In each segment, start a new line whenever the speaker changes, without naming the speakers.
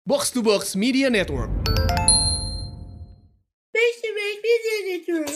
Box to Box Media Network.
Box to Box Media Network.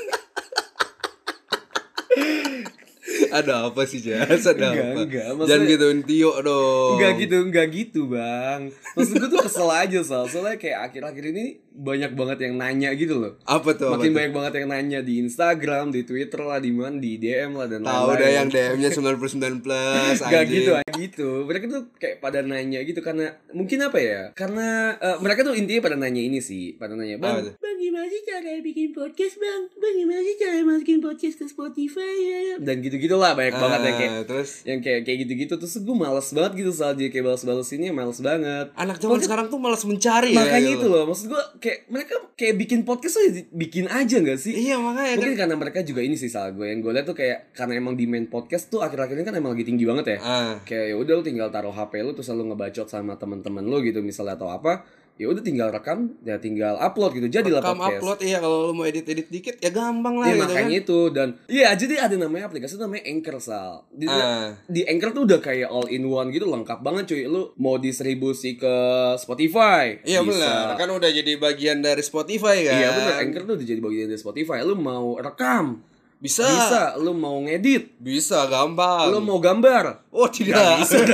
Ada apa sih, Jas? Ada apa?
Enggak,
Jangan gituin Tio dong.
Enggak gitu bang. Maksud gue tuh kesel aja soalnya kayak akhir-akhir ini banyak banget yang nanya gitu loh.
Apa tuh?
Makin banyak banget yang nanya di Instagram, di Twitter lah, di mana, di DM lah dan lain-lain.
Tahu dah yang DM-nya 99 plus.
Gak gitu. Mereka tuh kayak pada nanya gitu karena mungkin apa ya? Karena mereka tuh intinya pada nanya ini sih, pada nanya bang, gimana sih cara bikin podcast bang? Bang gimana sih cara masukin podcast ke Spotify ya? Dan gitu-gitu lah banyak banget yang kayak
terus
yang kayak gitu-gitu terus gue malas banget gitu soal dia kayak balas-balas ini malas banget.
Anak zaman sekarang tuh malas mencari
makanya
ya.
itu loh maksud gue kayak mereka kayak bikin podcast tuh bikin aja nggak sih?
Iya makanya
mungkin karena mereka juga ini sih salah gue yang gue lihat tuh kayak karena emang demand podcast tuh akhir-akhir ini kan emang lagi tinggi banget ya. Kayak ya udah lu tinggal taruh HP lu terus lu ngebacot sama teman-teman lu gitu misalnya atau apa. Ya udah tinggal rekam ya tinggal upload gitu jadilah podcast.
Upload iya kalau lu mau edit dikit ya gampang lah
gitu
kan.
Makanya itu dan iya jadi ada namanya aplikasi namanya Anchor Sal. Di Anchor tuh udah kayak all in one gitu lengkap banget cuy. Lu mau distribusi ke Spotify.
Iya benar. Kan udah jadi bagian dari Spotify kan.
Iya benar. Anchor tuh udah jadi bagian dari Spotify. Lu mau rekam
bisa,
lu mau ngedit
bisa gampang.
Lu mau gambar,
tidak
bisa.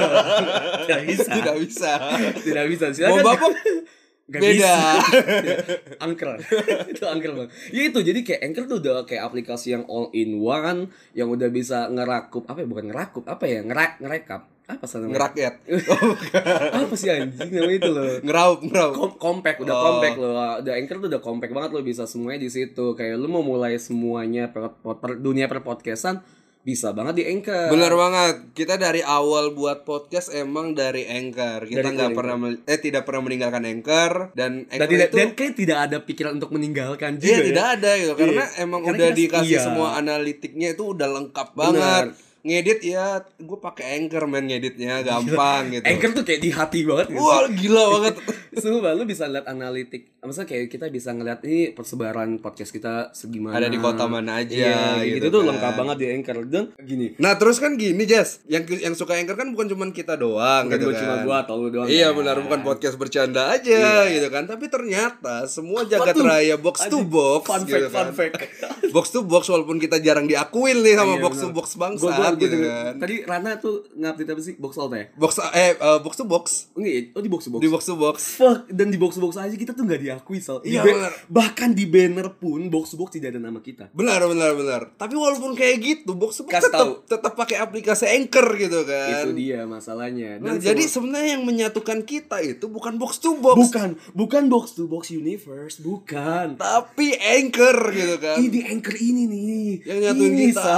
Tidak bisa. Silakan.
Mau babok
Gak
beda.
Anchor. Itu Anchor bang. Ya itu jadi kayak Anchor tuh udah kayak aplikasi yang all in one yang udah bisa ngerakup apa ya bukan ngerakup apa ya ngerekap apa sih namanya?
Ngerakyat.
Apa sih anjing namanya itu loh?
Ngeraup.
Compact compact loh. Udah Anchor tuh udah compact banget lo bisa semuanya di situ. Kayak lu mau mulai semuanya dunia per-podcastan bisa banget di Anchor.
Bener banget. Kita dari awal buat podcast emang dari Anchor. Kita nggak pernah tidak pernah meninggalkan Anchor dan
kayak tidak ada pikiran untuk meninggalkan juga.
Iya, tidak ada gitu. Karena emang udah dikasih semua analitiknya itu udah lengkap banget. Ngedit ya gue pakai Anchor ngeditnya gampang gitu.
Anchor tuh kayak di hati banget gitu.
Wah gila banget.
Sumpah lu bisa lihat analitik. Maksudnya kayak kita bisa ngeliat ini persebaran podcast kita segimana.
Ada di kota mana aja.
Iya gitu tuh lengkap banget di Anchor dan gini.
Nah terus kan gini Jas, yang suka Anchor kan bukan cuma kita doang
bukan
gitu kan.
Cuma gua atau lu doang.
Iya benar bukan podcast bercanda aja gitu kan. Tapi ternyata semua jagat raya box to box.
Fun fact.
Box to box walaupun kita jarang diakuin nih sama box to box bangsa. Gitu kan.
Tadi Rana tuh ngupdate apa sih? Box out ya?
Box to box.
Enggak, di box to box.
Di box to box.
Fuck, dan di box to box aja kita tuh enggak diakui, Sal.
Iya benar.
Bahkan di banner pun box to box tidak ada nama kita.
Benar. Tapi walaupun kayak gitu, box to box tetap pakai aplikasi Anchor gitu kan.
Itu dia masalahnya. Dan
jadi sebenarnya yang menyatukan kita itu bukan box to box.
Bukan box to box universe, bukan.
Tapi Anchor gitu kan.
Ini Anchor ini nih.
Yang nyatuin kita.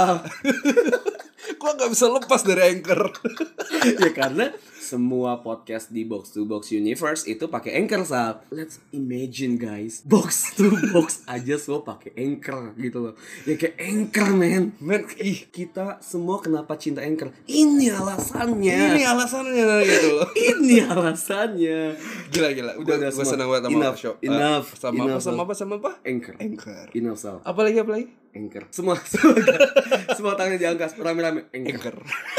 Gua gak bisa lepas dari Anchor.
Ya karena semua podcast di Box to Box Universe itu pakai Anchor, Sal. Let's imagine guys, Box to Box aja semua pakai Anchor gitu loh. Ya kayak Anchor men, kita semua kenapa cinta Anchor? Ini alasannya
gitu loh.
Ini alasannya.
Gila. Udah senang banget sama show.
Enough.
Sama apa?
Anchor.
Enough,
Sal.
Apa lagi?
Anchor. Semua tangannya diangkat rame-rame Anchor.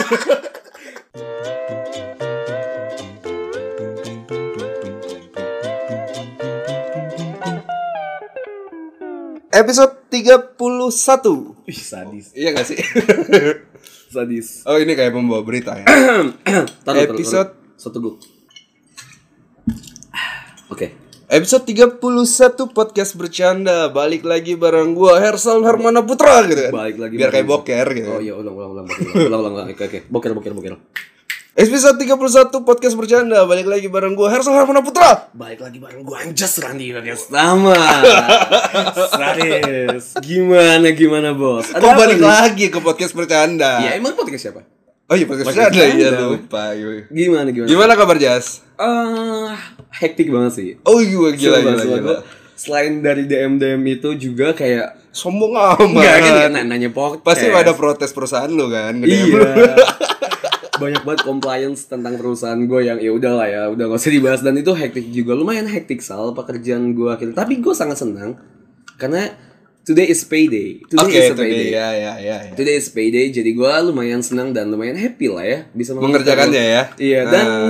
Episode 31.
Ih, sadis.
Iya gak sih?
Sadis.
Oh, ini kayak pembawa berita ya. Episode
satu gue. Oke.
Episode 31 podcast bercanda. Balik lagi bareng gua Hersal Hermana Putra gitu kan.
Balik lagi.
Biar kayak boker gitu.
Oh iya, ulang. Oke. Boker.
Episode 31 podcast bercanda. Balik lagi bareng gua Hersal Hermana Putra.
Balik lagi bareng gua Anjas Randi sama. Sadis. Gimana bos?
Kok balik lagi ke podcast bercanda?
Ya emang podcast siapa?
Oh iya podcast bercanda. Iya lupa. Gimana kabar Jas?
Hektik banget sih.
Oh gila.
Selain dari DM itu juga kayak
sombong amat.
Enggak kan nanya podcast.
Pasti ada protes perusahaan lu kan.
Iya. Banyak banget compliance tentang perusahaan gue yang ya udahlah ya, udah gak usah dibahas dan itu hektik juga, lumayan hektik Sal pekerjaan gue akhirnya. Tapi gue sangat senang karena today is payday. Today is payday, jadi gue lumayan senang dan lumayan happy lah ya bisa
mengerjakannya ya.
Iya dan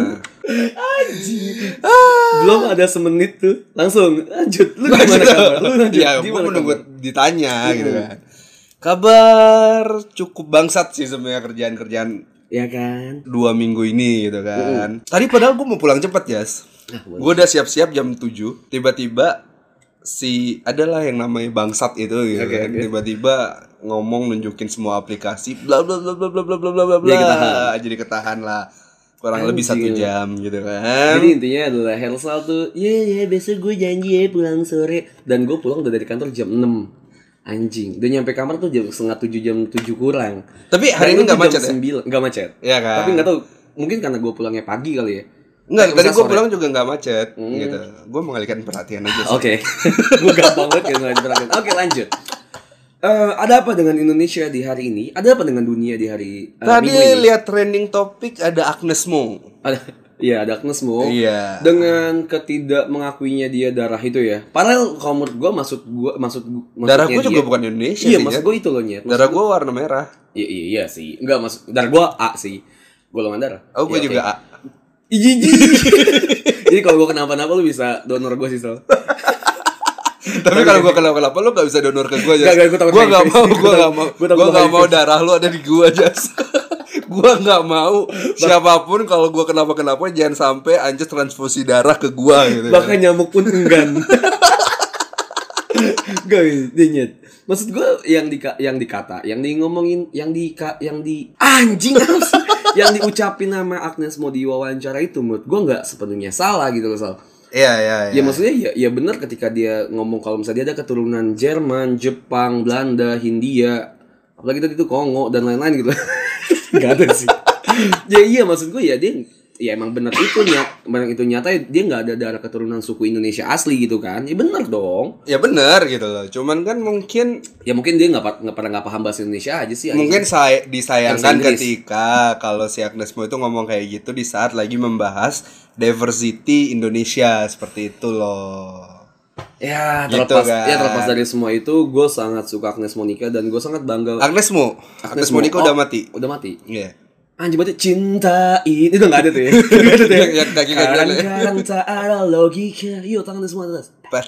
Belum ada semenit tuh. Langsung lanjut. Lu gimana kabar? Lu lanjut.
Ya, gue
Gimana
menunggu
kabar?
ditanya gitu kan. Kabar cukup bangsat sih sebenarnya kerjaan-kerjaan
Ya kan?
2 minggu ini gitu kan. Tadi padahal gue mau pulang cepet, Jas. Gue udah siap-siap jam 7. Tiba-tiba adalah yang namanya bangsat itu gitu kan. Tiba-tiba ngomong nunjukin semua aplikasi bla bla bla bla bla bla bla bla bla. Jadi ketahan lah. Kurang lebih 1 jam gitu kan.
Jadi intinya adalah Hersal tuh, besok gue janji ya pulang sore. Dan gue pulang udah dari kantor jam 6. Anjing, udah nyampe kamar tuh jam setengah 7, jam 7 kurang.
Tapi hari ini gak macet ya?
9, gak macet.
Iya kan?
Tapi gak tahu, mungkin karena gue pulangnya pagi kali ya.
Enggak, tadi gue pulang juga gak macet gitu. Gue mengalihkan perhatian aja sih.
Oke. Gue gampang banget kan ngeliat perhatian. Oke, lanjut. Ada apa dengan Indonesia di hari ini? Ada apa dengan dunia di hari
Tadi
minggu ini?
lihat trending topik ada Agnes Mo.
Ada Agnes Mo.
Iya.
Dengan ketidak mengakuinya dia darah itu ya. Padahal kalau menurut gue
Darah gue juga bukan Indonesia.
Iya,
sih,
maksud
Nyet.
gue itu loh Nyet.
Darah gue warna merah.
Iya sih. Enggak maksud darah gue A sih. Golongan darah.
Oh, gue
Ya,
juga
oke.
A.
Iji. Jadi kalau gue kenapa-napa lu bisa donor gue sih, Sal.
Tapi kalau gue kenapa-kenapa lu gak bisa donor ke gue aja.
Gak, gue takut
Gue
high
gak
risk.
mau,
Gue takut
gue gak
high
mau
risk.
darah lu ada di gue aja. Gue gak mau siapapun kalau gue kenapa-kenapa jangan sampai Anjas transfusi darah ke gue gitu.
Bahkan nyamuk pun enggan. Gak, Nyet. Maksud gue yang ngomongin, yang anjing apa sih? Yang diucapin nama Agnes Mo di wawancara itu menurut gue nggak sepenuhnya salah gitu loh, Sal.
Iya.
Ya maksudnya ya benar ketika dia ngomong kalau misalnya dia ada keturunan Jerman, Jepang, Belanda, Hindia, apalagi tadi itu Kongo dan lain-lain gitu. Gak ada sih. Ya iya maksud gue ya dia ya emang benar itu nyata dia nggak ada darah keturunan suku Indonesia asli gitu kan. Ya benar dong.
Ya benar gitu loh. Cuman kan mungkin
Dia nggak pernah paham bahasa Indonesia aja sih.
mungkin disayangkan
Bahasa Inggris.
ketika kalau si Agnes Mo itu ngomong kayak gitu di saat lagi membahas diversity Indonesia seperti itu loh.
Ya
Gitu
terlepas
kan.
terlepas dari semua itu gue sangat suka Agnes Monica dan gue sangat bangga.
Agnes Monica udah mati.
Udah mati.
Iya.
Anjir berarti cintain itu nggak ada tuh ya. Nggak ada tuh ya.
Yang kaki-kaki ada.
Kadang-kadang tak ada logika. Yuk tangan semua atas.
But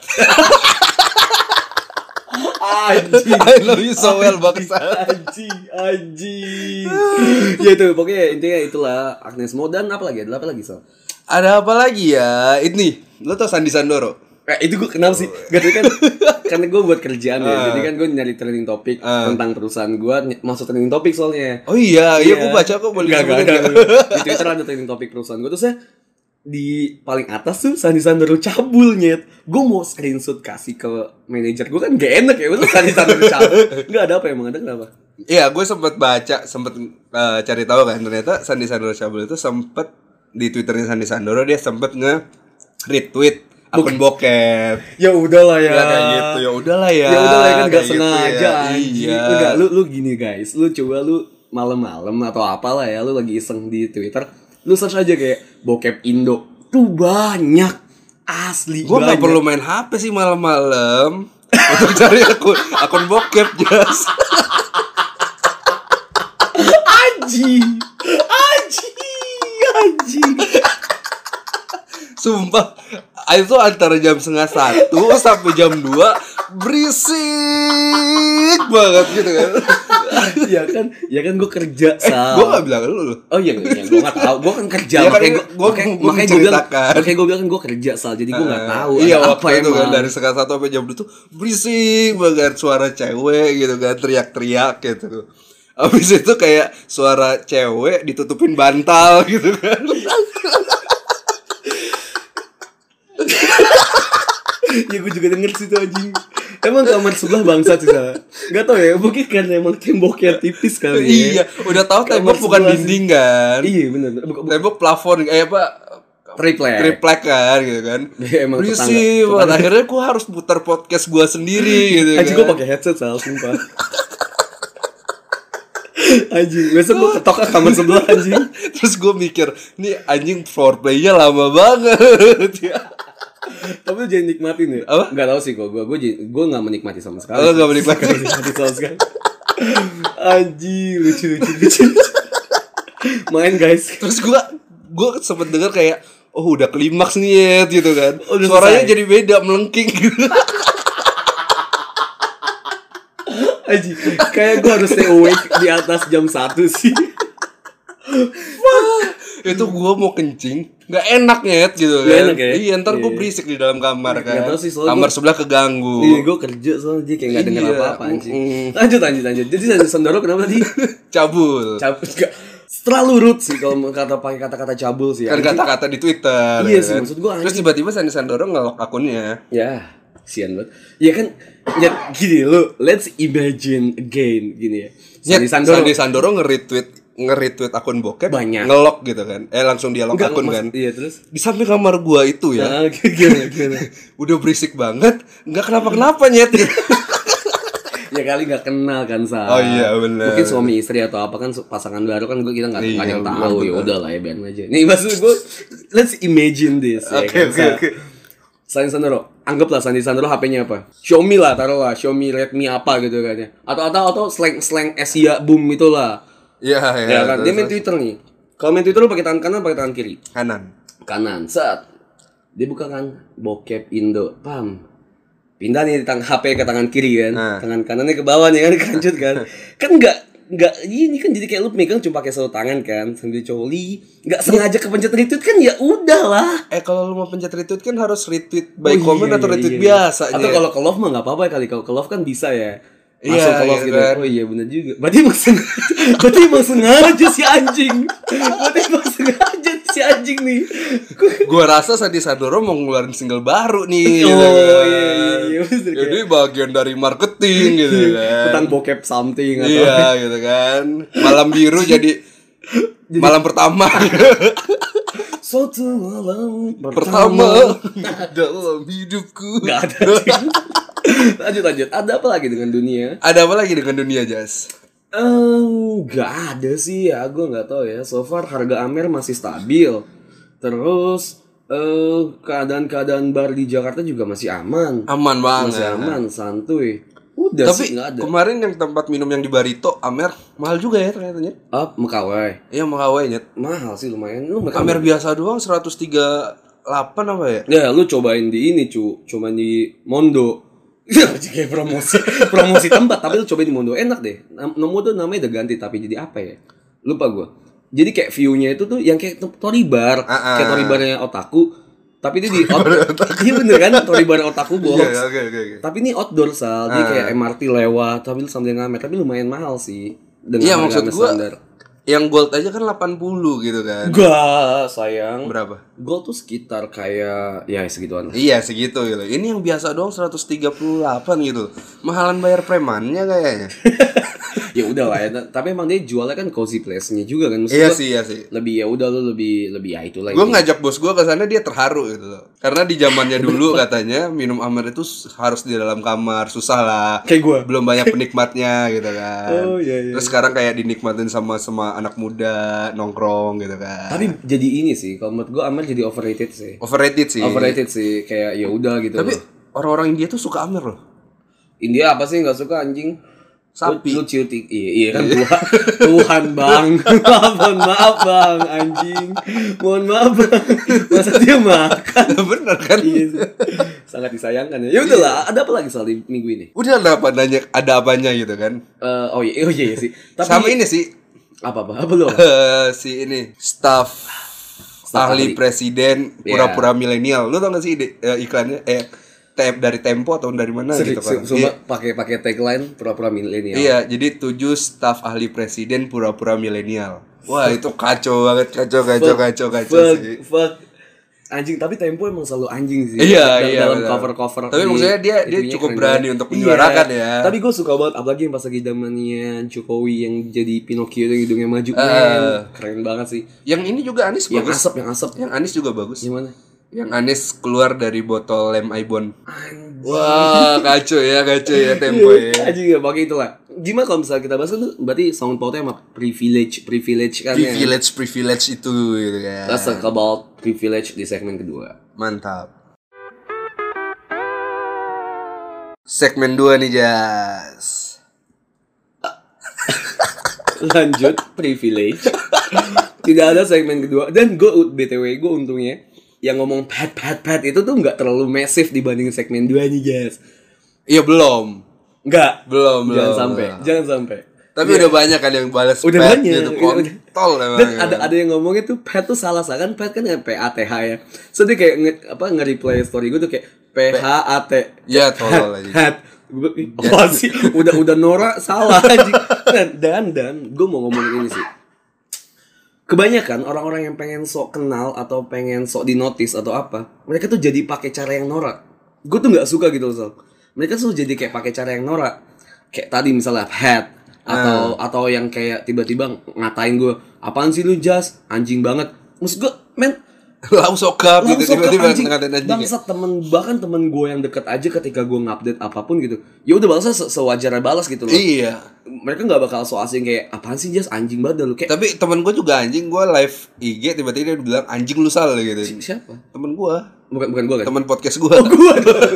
Anjing.
I know you so well bangsa.
Anjing. Ya itu pokoknya intinya itulah Agnes Mo dan apa lagi? Ada apa lagi, Sal?
Ada apa lagi ya? Ini, lo tau Sandi Sandoro?
Itu gue kenal sih. Gak tau kan. Karena gue buat kerjaan ya. Jadi kan gue nyari trending topik tentang perusahaan gue. Masuk trending topik soalnya.
Oh iya, gue baca kok boleh
Gak.
disebutin.
Di Twitter ada trending topik perusahaan gue. Terus di paling atas tuh Sandi Sandoro cabul Nyet. Gue mau screenshot kasih ke manajer gue kan gak enak ya. Betul Sandi Sandoro cabul. Gak ada apa emang ada kenapa?
Iya, gue sempet cari tahu kan ternyata Sandi Sandoro cabul itu sempet di Twitternya Sandi Sandoro dia sempet nge-retweet akun bokep.
Ya udahlah ya.
Nggak kayak gitu. Ya udahlah ya.
Ya udahlah kan
Kayak
gak
gitu
sengaja.
ya. Iya.
Enggak, lu gini guys. Lu coba lu malam-malam atau apalah ya lu lagi iseng di Twitter. Lu search aja kayak bokep Indo. Tuh banyak. Asli
Gue
banyak.
gak perlu main HP sih malam-malam untuk cari akun bokep Jas.
Anjing.
Sumpah itu antara jam 12:30 sampai jam 2 berisik banget gitu kan.
Ya kan gue kerja Sal.
Gue gak bilang lu.
Oh iya gue gak tahu. Gue kan kerja
Ya kan,
makanya
gua menceritakan.
gue bilang kan gue kerja Sal. Jadi gue gak tahu.
Iya
ada
waktu itu kan
emang.
dari 1:30 sampai jam 2 tuh berisik banget suara cewek gitu kan teriak-teriak gitu. Abis itu kayak suara cewek ditutupin bantal gitu kan.
Ya gue juga denger situ anjing. Emang kamar sebelah bangsat sih Sal. Gak tau ya mungkin karena emang temboknya tipis kali ya.
Iya, udah tahu tembok bukan
sebelah
dinding kan.
Iya bener.
Tembok plafon triplek kan gitu kan.
Ya, emang
berisik banget. Akhirnya gue harus putar podcast gue sendiri gitu kan.
Anjing gue pakai headset Sal sumpah. Anjing besok gue ketok ke kamar sebelah anjing.
Terus gue mikir nih anjing foreplay-nya lama banget ya.
Tapi lu jangan nikmatin ya.
Apa?
Gak tau sih gue gak menikmati sama sekali.
Oh, gak menikmati.
Gak menikmati sama sekali. Anjing lucu. Main guys.
Terus gue gue sempet denger kayak oh udah klimaks nih Yet, gitu kan.
Udah
Suaranya
selesai.
jadi beda, melengking.
Anjing, kayak gue harus stay awake di atas jam 1 sih.
Itu gue mau kencing nggak enak Yet gitu kan.
Nggak enak ya?
Iya ntar gue
Iya.
berisik di dalam kamar kan.
Nggak tahu sih, soalnya
Kamar
gua-
sebelah keganggu.
Iya, gue kerja soalnya dia kayak gak denger
Iya,
apa-apa anjing. Lanjut. Jadi Sandoro kenapa tadi?
Cabul.
Terlalu rude sih kalau pakai kata-kata cabul sih.
Kan
anjing.
kata-kata di Twitter.
Iya
ya
sih,
kan?
maksud gua
Terus
anjing.
tiba-tiba Sandi Sandoro ngelok akunnya.
Ya, sian banget. Ya kan, ya gini lu, let's imagine again gini ya.
Sandi
Sandi Sandoro
Sandoro nge-retweet akun bokep
Banyak.
ngelok gitu kan. Langsung dia lock
Enggak,
akun kan.
Iya, terus
Di samping kamar gua itu ya.
nah, gimana?
Udah berisik banget, nggak kenapa-kenapa Nyet.
Ya kali gak kenal kan Sa.
Oh iya, bener.
Mungkin suami istri atau apa kan pasangan baru kan kita nggak
Iya,
ada yang
bener,
tahu. Ya
bener.
udah lah ya biarin aja. Nih maksud gue, let's imagine this.
Oke.
Sandi Sandoro, anggaplah Sandi Sandoro HP-nya apa? Xiaomi lah, taruhlah Xiaomi Redmi apa gitu kan ya. Atau slang Asia boom itulah.
Iya,
Ya kan, dia main Twitter nih. Kalau main Twitter lu pakai tangan kanan, pakai tangan kiri.
kanan.
Set. Dia buka kan bokep Indo, pam. Pindah nih HP ke tangan kiri kan.
Nah.
Tangan kanannya ke bawah nih kan, kerancut kan. Kan enggak ini kan jadi kayak lu megang cuma pakai satu tangan kan sambil coli. Enggak sengaja kepencet retweet kan ya udahlah.
Kalau lu mau pencet retweet kan harus retweet by
Oh,
comment
iya,
atau
iya,
retweet
iya.
biasa.
Atau
Nyet.
kalau ke love mah enggak apa-apa kali. Kalau ke love kan bisa ya.
Iya,
Masuk ke love
iya
gitu.
kan.
Oh iya benar juga. Berarti emang sengaja si anjing. Berarti emang sengaja si anjing nih.
Gua rasa Sandi Sandoro mau ngeluarin single baru nih.
Oh
gitu kan.
iya bener, kayak
Jadi bagian dari marketing gitu kan.
tentang bokep something atau
Iya gitu kan. Malam biru jadi malam pertama.
suatu malam
Pertama dalam hidupku.
Nggak ada anjing. Lanjut ada apa lagi dengan dunia?
Ada apa lagi dengan dunia Jas?
Nggak ada sih ya, gue nggak tahu ya. So far harga Amer masih stabil. Terus keadaan bar di Jakarta juga masih aman.
Aman banget.
Masih aman, santuy. Udah
Tapi
sih nggak ada.
kemarin yang tempat minum yang di Barito Amer mahal juga ya ternyata Nyet.
Mekawai
Iya Mengawai Nyet.
mahal sih lumayan. Lu
Amer biasa doang 138 apa ya?
Ya lu cobain di ini cobain di Mondo. Ya kayak promosi tempat, tapi lu cobain di Mondo enak deh. Mondo namanya udah ganti tapi jadi apa ya? Lupa gua. Jadi kayak view-nya itu tuh yang kayak Toribar, kayak Toribarnya Otaku. Tapi dia di iya bener kan Toribar Otaku box.
Iya, oke.
Tapi ini outdoor Sal, dia kayak MRT lewat, tapi lu sambil ngamer, tapi lumayan mahal sih. Dengan
Iya
harga
maksud gua
standar.
yang gold aja kan 80 gitu kan.
Gak sayang.
Berapa?
Gold tuh sekitar kayak ya segituan.
Iya segitu gitu. Ini yang biasa doang 138 gitu. Mahalan bayar premannya kayaknya.
Ya udah lah ya, tapi emang dia jualnya kan cozy place-nya juga kan. Maksud
Iya
gua
sih.
lebih ya udah lu lebih ya itulah.
Gue
ini.
ngajak bos gue ke sana dia terharu gitu loh. Karena di zamannya dulu katanya minum Amer itu harus di dalam kamar, susah lah.
Kayak gua.
Belum banyak penikmatnya gitu kan.
Oh, iya.
Terus sekarang kayak dinikmatin sama anak muda nongkrong gitu kan.
Tapi jadi ini sih, kalau menurut gua Amer jadi overrated sih.
Overrated sih.
Overrated sih, kayak ya udah gitu.
Tapi
loh.
orang-orang India tuh suka Amer loh.
India apa sih nggak suka anjing?
Sapi.
Lu cium iya kan Tuhan bang. Maaf bang anjing. Mohon maaf bang. Masa dia makan?
Bener kan?
Iya sih. Sangat disayangkan ya. Ya udahlah, ada apa lagi soal di minggu ini?
Udah ada apanya gitu kan.
Oh iya sih. Tapi
Sama ini sih
apa belum?
si ini staff ahli presiden pura-pura milenial. Lu tau gak sih iklannya dari Tempo atau dari mana gitu kan?
Pakai tagline pura-pura milenial.
Iya, jadi 7 staf ahli presiden pura-pura milenial. Wah, itu kacau banget, kacau sih.
Fuck. Anjing, tapi Tempo emang selalu anjing sih.
Iya,
dalam
benar.
cover-cover.
Tapi maksudnya dia
itunya
cukup
keren
berani
banget.
untuk menyuarakan ya.
Tapi gue suka banget apalagi yang pas lagi zamannya Jokowi yang jadi Pinocchio yang hidungnya maju. Men. Keren banget sih.
Yang ini juga Anies
Yang
bagus.
yang asap.
Yang Anies juga bagus.
Yang mana?
Yang Anies keluar dari botol lem Aibon. Wah, kacau ya Tempo ya.
Anjing ya pakai itulah. Gimana kalau misalnya kita bahas itu berarti sound pautnya sama privilege kan ya.
Privilege itu gitu kan.
Let's talk about privilege di segmen kedua.
Mantap. Segmen 2 nih, Jas.
Lanjut privilege. Tidak ada segmen kedua. Dan gue BTW gue untungnya yang ngomong pat itu tuh nggak terlalu masif dibanding segmen 2 nih guys.
Iya belum.
Nggak.
Belum.
Jangan sampai.
Tapi udah banyak kan yang balas
Udah
pet
banyak.
gitu, kontol emang.
Dan ada yang ngomongnya tuh pet tuh salah kan pet kan PATH ya. So dia kayak nge-reply story gue tuh kayak PHAT.
Ya tolol aja.
Hat. Apa sih? Udah Nora salah aja. Dan gue mau ngomongin ini sih. Kebanyakan orang-orang yang pengen sok kenal atau pengen sok dinotis atau apa, mereka tuh jadi pakai cara yang norak. Gue tuh nggak suka gitu loh. Mereka tuh jadi kayak pakai cara yang norak. Kayak tadi misalnya hat atau yang kayak tiba-tiba ngatain gue, apaan sih lu Jas, anjing banget. Maksud gue, men,
Lau sokap gitu tiba-tiba
anjing.
ngatain anjing.
Bangsat bahkan temen gue yang deket aja ketika gue ngupdate apapun gitu, ya udah balasnya sewajarnya balas gitu loh.
Iya.
Mereka nggak bakal so asing kayak apaan sih Jas, anjing banget lu kayak.
Tapi temen gue juga anjing, gue live IG tiba-tiba dia bilang anjing lu sal gitu.
Siapa?
Temen gue.
Bukan gue kan?
Temen podcast gue.
Gue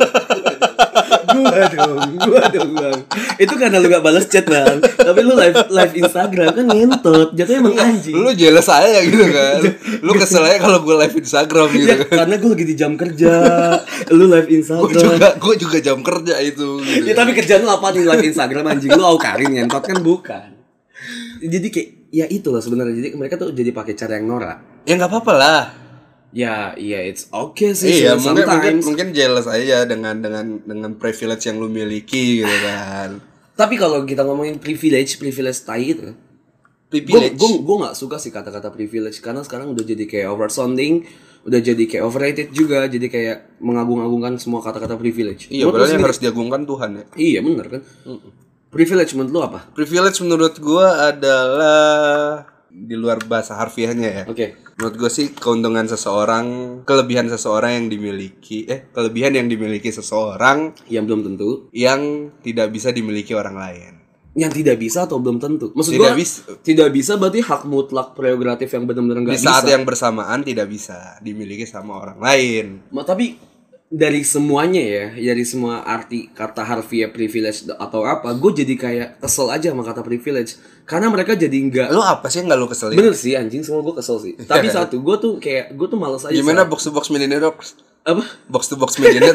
dong bang. Itu karena lu gak balas chat bang. Tapi lu live Instagram kan ngentot. Jatuhnya emang anjing.
Lu jealous aja gitu kan. Lu kesel aja kalau gue live Instagram gitu
Ya,
kan.
karena gue lagi di jam kerja. Lu live Instagram.
Gue juga jam kerja itu gitu.
Ya tapi kerjaan lu apa nih live Instagram anjing? Lu Aukarin ngentot kan bukan. Jadi kayak ya itulah sebenarnya. Jadi mereka tuh jadi pakai cara yang norak.
Ya nggak apa-apa lah.
Ya, iya it's okay sih.
Iya,
sometimes.
mungkin jealous aja dengan privilege yang lu miliki gitu kan.
Tapi kalau kita ngomongin privilege tai itu, gue nggak suka sih kata-kata privilege karena sekarang udah jadi kayak oversounding, udah jadi kayak overrated juga, jadi kayak mengagung-agungkan semua kata-kata privilege.
Iya, padahal yang harus diagungkan Tuhan ya.
Iya bener kan. Privilege menurut lu apa?
Privilege menurut gua adalah di luar bahasa harfiahnya ya.
Oke.
Menurut gue sih keuntungan seseorang, kelebihan seseorang yang dimiliki, kelebihan yang dimiliki seseorang
yang belum tentu,
yang tidak bisa dimiliki orang lain.
Yang tidak bisa atau belum tentu. Maksud
Tidak
gua
bisa.
tidak bisa berarti hak mutlak prerogatif yang benar-benar nggak
Di
bisa.
saat yang bersamaan tidak bisa dimiliki sama orang lain.
Tapi dari semuanya ya, dari semua arti kata harfiah privilege atau apa, gue jadi kayak kesel aja sama kata privilege. Karena mereka jadi nggak.
Lu apa sih yang gak lu keselin?
Bener sih anjing, semua gue kesel sih. Tapi satu, gue tuh males aja.
Gimana box to box millionaire?
Apa?
Box to box millionaire.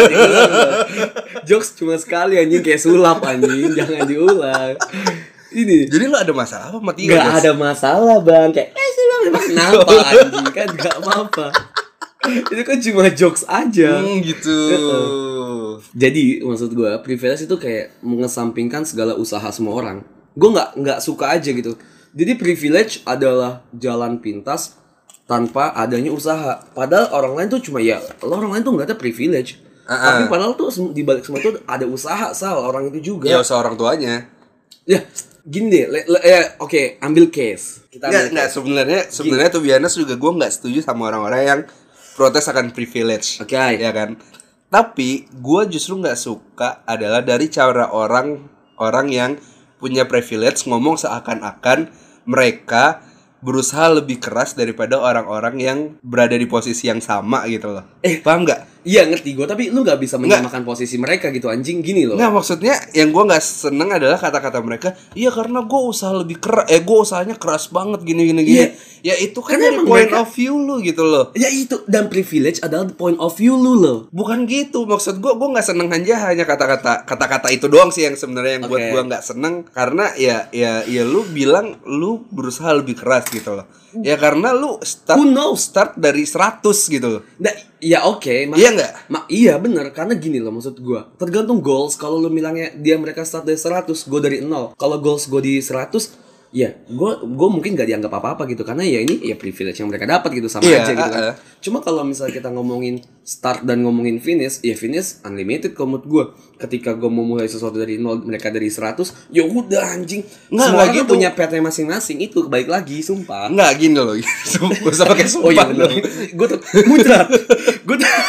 Jokes cuma sekali anjing, kayak sulap anjing, jangan diulang. Ini.
Jadi lu ada masalah apa sama Tio?
Gak ada masalah bang, kayak sulap emang kenapa anjing, kan gak apa-apa. Itu kan cuma jokes aja.
Gitu.
Jadi maksud gue privilege itu kayak mengesampingkan segala usaha semua orang. Gue nggak suka aja gitu. Jadi privilege adalah jalan pintas tanpa adanya usaha. Padahal orang lain tuh cuma orang lain tuh nggak ada privilege. Tapi padahal tuh di balik semua itu ada usaha orang itu juga.
Ya usaha orang tuanya.
Ya gini deh, oke, ambil case. Kita
Nggak sebenarnya tuh Bianas juga gue nggak setuju sama orang-orang yang protes akan privilege.
Oke.
Ya kan. Tapi gue justru nggak suka adalah dari cara orang yang punya privilege ngomong seakan-akan mereka berusaha lebih keras daripada orang-orang yang berada di posisi yang sama gitu loh. Paham nggak?
Iya ngerti gue, tapi lu nggak bisa menyamakan posisi mereka gitu anjing, gini loh.
Nggak, maksudnya yang gue nggak seneng adalah kata-kata mereka. Iya karena gue usaha lebih keras, gue usahanya keras banget gini.
Iya.
Ya itu kan
Karena
dari point of view lu gitu loh.
Ya itu, dan privilege adalah point of view lu loh.
Bukan gitu, maksud gue nggak seneng aja hanya kata-kata itu doang sih yang sebenarnya yang buat gue nggak seneng, karena ya lu bilang lu berusaha lebih keras gitu loh. Ya karena lu start dari 100 gitu loh.
Nah, ya oke.
Iya nggak?
Iya bener, karena gini loh maksud gue. Tergantung goals. Kalau lu bilangnya mereka start dari 100, gue dari 0. Kalau goals gue di 100, ya gue mungkin gak dianggap apa-apa gitu, karena ya ini ya privilege yang mereka dapat gitu, sama aja gitu kan. Cuma kalau misalnya kita ngomongin start dan ngomongin finish, ya finish unlimited kalau menurut gue. Ketika gue mau mulai sesuatu dari 0, mereka dari 100, ya udah anjing. Semua orang gitu punya path-nya masing-masing. Itu baik lagi, sumpah.
Nggak gini loh. Gue usah pakai sumpah.
Oh iya bener. Gue tuh muncrat. Gue tuh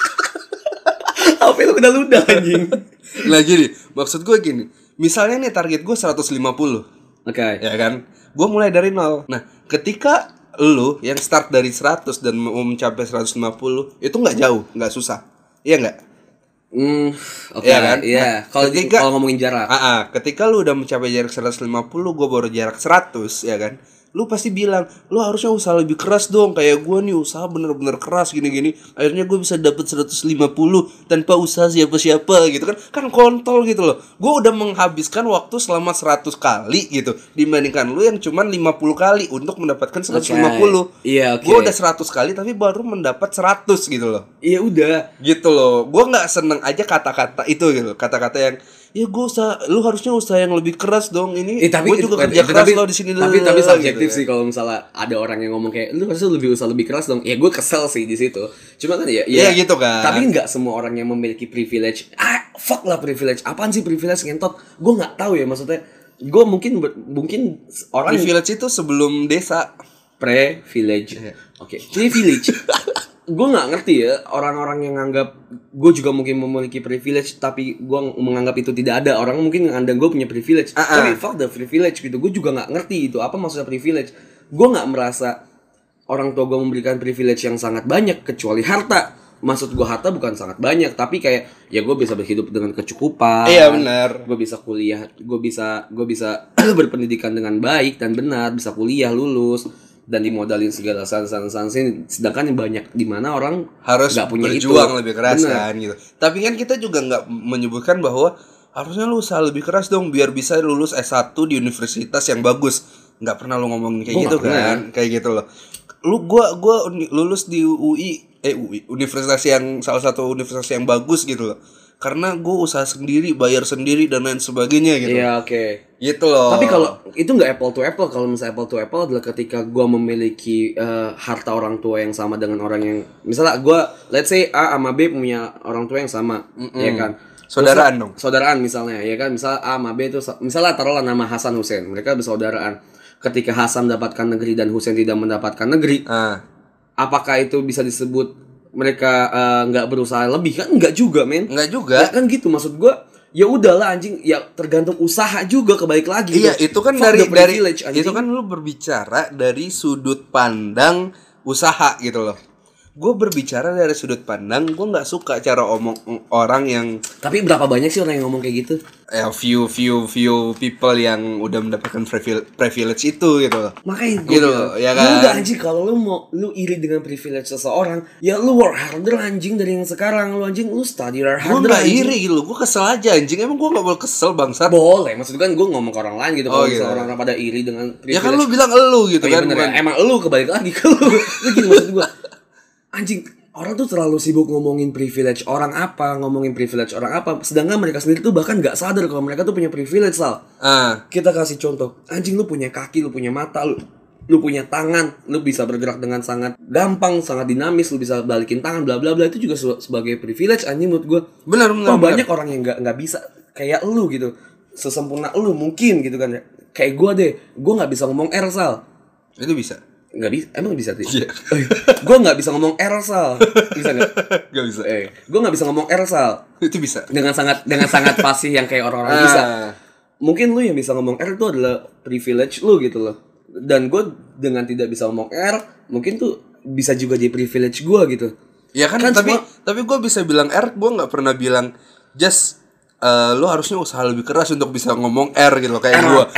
apa lu ludah anjing.
Nah gini, maksud gue gini. Misalnya nih target gue 150.
Oke.
Ya kan? Gue mulai dari 0. Nah, ketika lu yang start dari 100 dan mau mencapai 150, itu nggak jauh, nggak susah. Iya nggak?
Oke.
Iya kan?
Iya. Kalau ngomongin jarak.
Ketika lu udah mencapai jarak 150, gue baru jarak 100, ya kan? lu pasti bilang, lu harusnya usaha lebih keras dong. Kayak gue nih usaha bener-bener keras gini-gini. Akhirnya gue bisa dapet 150 tanpa usaha siapa-siapa gitu kan. Kan kontol gitu loh. Gue udah menghabiskan waktu selama 100 kali gitu, dibandingkan lu yang cuman 50 kali untuk mendapatkan 150.
Iya, oke.
Gue udah 100 kali tapi baru mendapat 100 gitu loh.
Iya udah.
Gitu loh. Gue gak seneng aja kata-kata itu gitu. Kata-kata yang ya gue usaha, lu harusnya usaha yang lebih keras dong. Ini gue juga kerja keras loh di sini.
Tapi subjektif
gitu,
sih kalau misalnya ada orang yang ngomong kayak lu harusnya lebih usaha lebih keras dong. Ya gue kesel sih di situ. Cuma kan ya
gitu kan.
Tapi nggak semua orang yang memiliki privilege. Fuck lah privilege. Apaan sih privilege ngentot? Gue nggak tahu ya maksudnya. Gue mungkin orang
privilege itu sebelum desa.
Privilege. Oke. Privilege. Gue nggak ngerti ya orang-orang yang nganggap gue juga mungkin memiliki privilege tapi gue menganggap itu tidak ada. Orang mungkin nganggap gue punya privilege tapi fuck the privilege gitu. Gue juga nggak ngerti itu apa maksudnya privilege. Gue nggak merasa orang tua gue memberikan privilege yang sangat banyak kecuali harta. Maksud gue harta bukan sangat banyak tapi kayak ya gue bisa berhidup dengan kecukupan.
Iya benar.
Gue bisa kuliah, gue bisa berpendidikan dengan baik dan benar, bisa kuliah lulus dan dimodalin segala sanksi, sedangkan banyak di mana orang
harus
nggak punya
berjuang
itu.
lebih keras kan gitu. Tapi kan kita juga nggak menyebutkan bahwa harusnya lu usaha lebih keras dong biar bisa lulus S1 di universitas yang bagus. Nggak pernah lu ngomongin kayak gitu kan, kayak gitu loh. Gua lulus di UI, universitas yang salah satu universitas yang bagus gitu loh. Karena gue usaha sendiri, bayar sendiri dan lain sebagainya gitu.
Iya oke.
Gitu loh.
Tapi kalau itu nggak apple to apple. Kalau misalnya apple to apple adalah ketika gue memiliki harta orang tua yang sama dengan orang yang misalnya gue, let's say A sama B punya orang tua yang sama, ya kan?
Saudaraan dong.
Saudaraan misalnya, ya kan? Misalnya A sama B itu, misalnya taruhlah nama Hasan Hussein, mereka bersaudaraan. Ketika Hasan mendapatkan negeri dan Hussein tidak mendapatkan negeri, apakah itu bisa disebut mereka nggak berusaha lebih? Kan nggak juga men.
Nggak juga
ya kan gitu maksud gue. Ya udahlah anjing, ya tergantung usaha juga kebalik lagi.
Iya itu kan
Fuck
dari
anjing.
itu kan lu berbicara dari sudut pandang usaha gitu loh. Gue berbicara dari sudut pandang, gue nggak suka cara omong orang yang.
Tapi berapa banyak sih orang yang ngomong kayak gitu?
Ya few people yang udah mendapatkan privilege itu gitu loh.
Makanya gue
gitu ya kan.
Udah anjing, kalau lu iri dengan privilege seseorang, ya lu work harder anjing dari yang sekarang. Lu anjing, lu study harder.
Gue nggak iri gitu, gue kesel aja anjing. Emang gue nggak boleh kesel bangsat?
Boleh, maksud kan gue ngomong ke orang lain gitu. Kalau
gitu.
orang pada iri dengan privilege.
Ya kan lu bilang elu gitu kan.
Iya bener, emang lu kebalik lagi ke lu. Lu gini maksud gue. Anjing, orang tuh terlalu sibuk ngomongin privilege orang apa, sedangkan mereka sendiri tuh bahkan gak sadar kalau mereka tuh punya privilege, Sal. Kita kasih contoh, anjing lu punya kaki, lu punya mata, lu punya tangan, lu bisa bergerak dengan sangat gampang, sangat dinamis, lu bisa balikin tangan, bla bla bla, itu juga sebagai privilege anjing menurut gue.
Benar.
Banyak orang yang nggak bisa kayak lu gitu, sesempurna lu mungkin gitu kan. Kayak gue deh, gue nggak bisa ngomong R, Sal.
Itu bisa.
Nggak bisa, emang bisa sih?
Iya.
Gue nggak bisa ngomong R, Sal. Bisa nggak?
Gak bisa.
Gue nggak bisa ngomong R, Sal.
Itu bisa.
Dengan sangat fasih yang kayak orang-orang bisa. Mungkin lu yang bisa ngomong R itu adalah privilege lu gitu loh. Dan gue dengan tidak bisa ngomong R, mungkin tuh bisa juga jadi privilege gue gitu.
Ya kan tapi gue bisa bilang R, gue nggak pernah bilang just lu harusnya usaha lebih keras untuk bisa ngomong R gitu loh, kayak gue.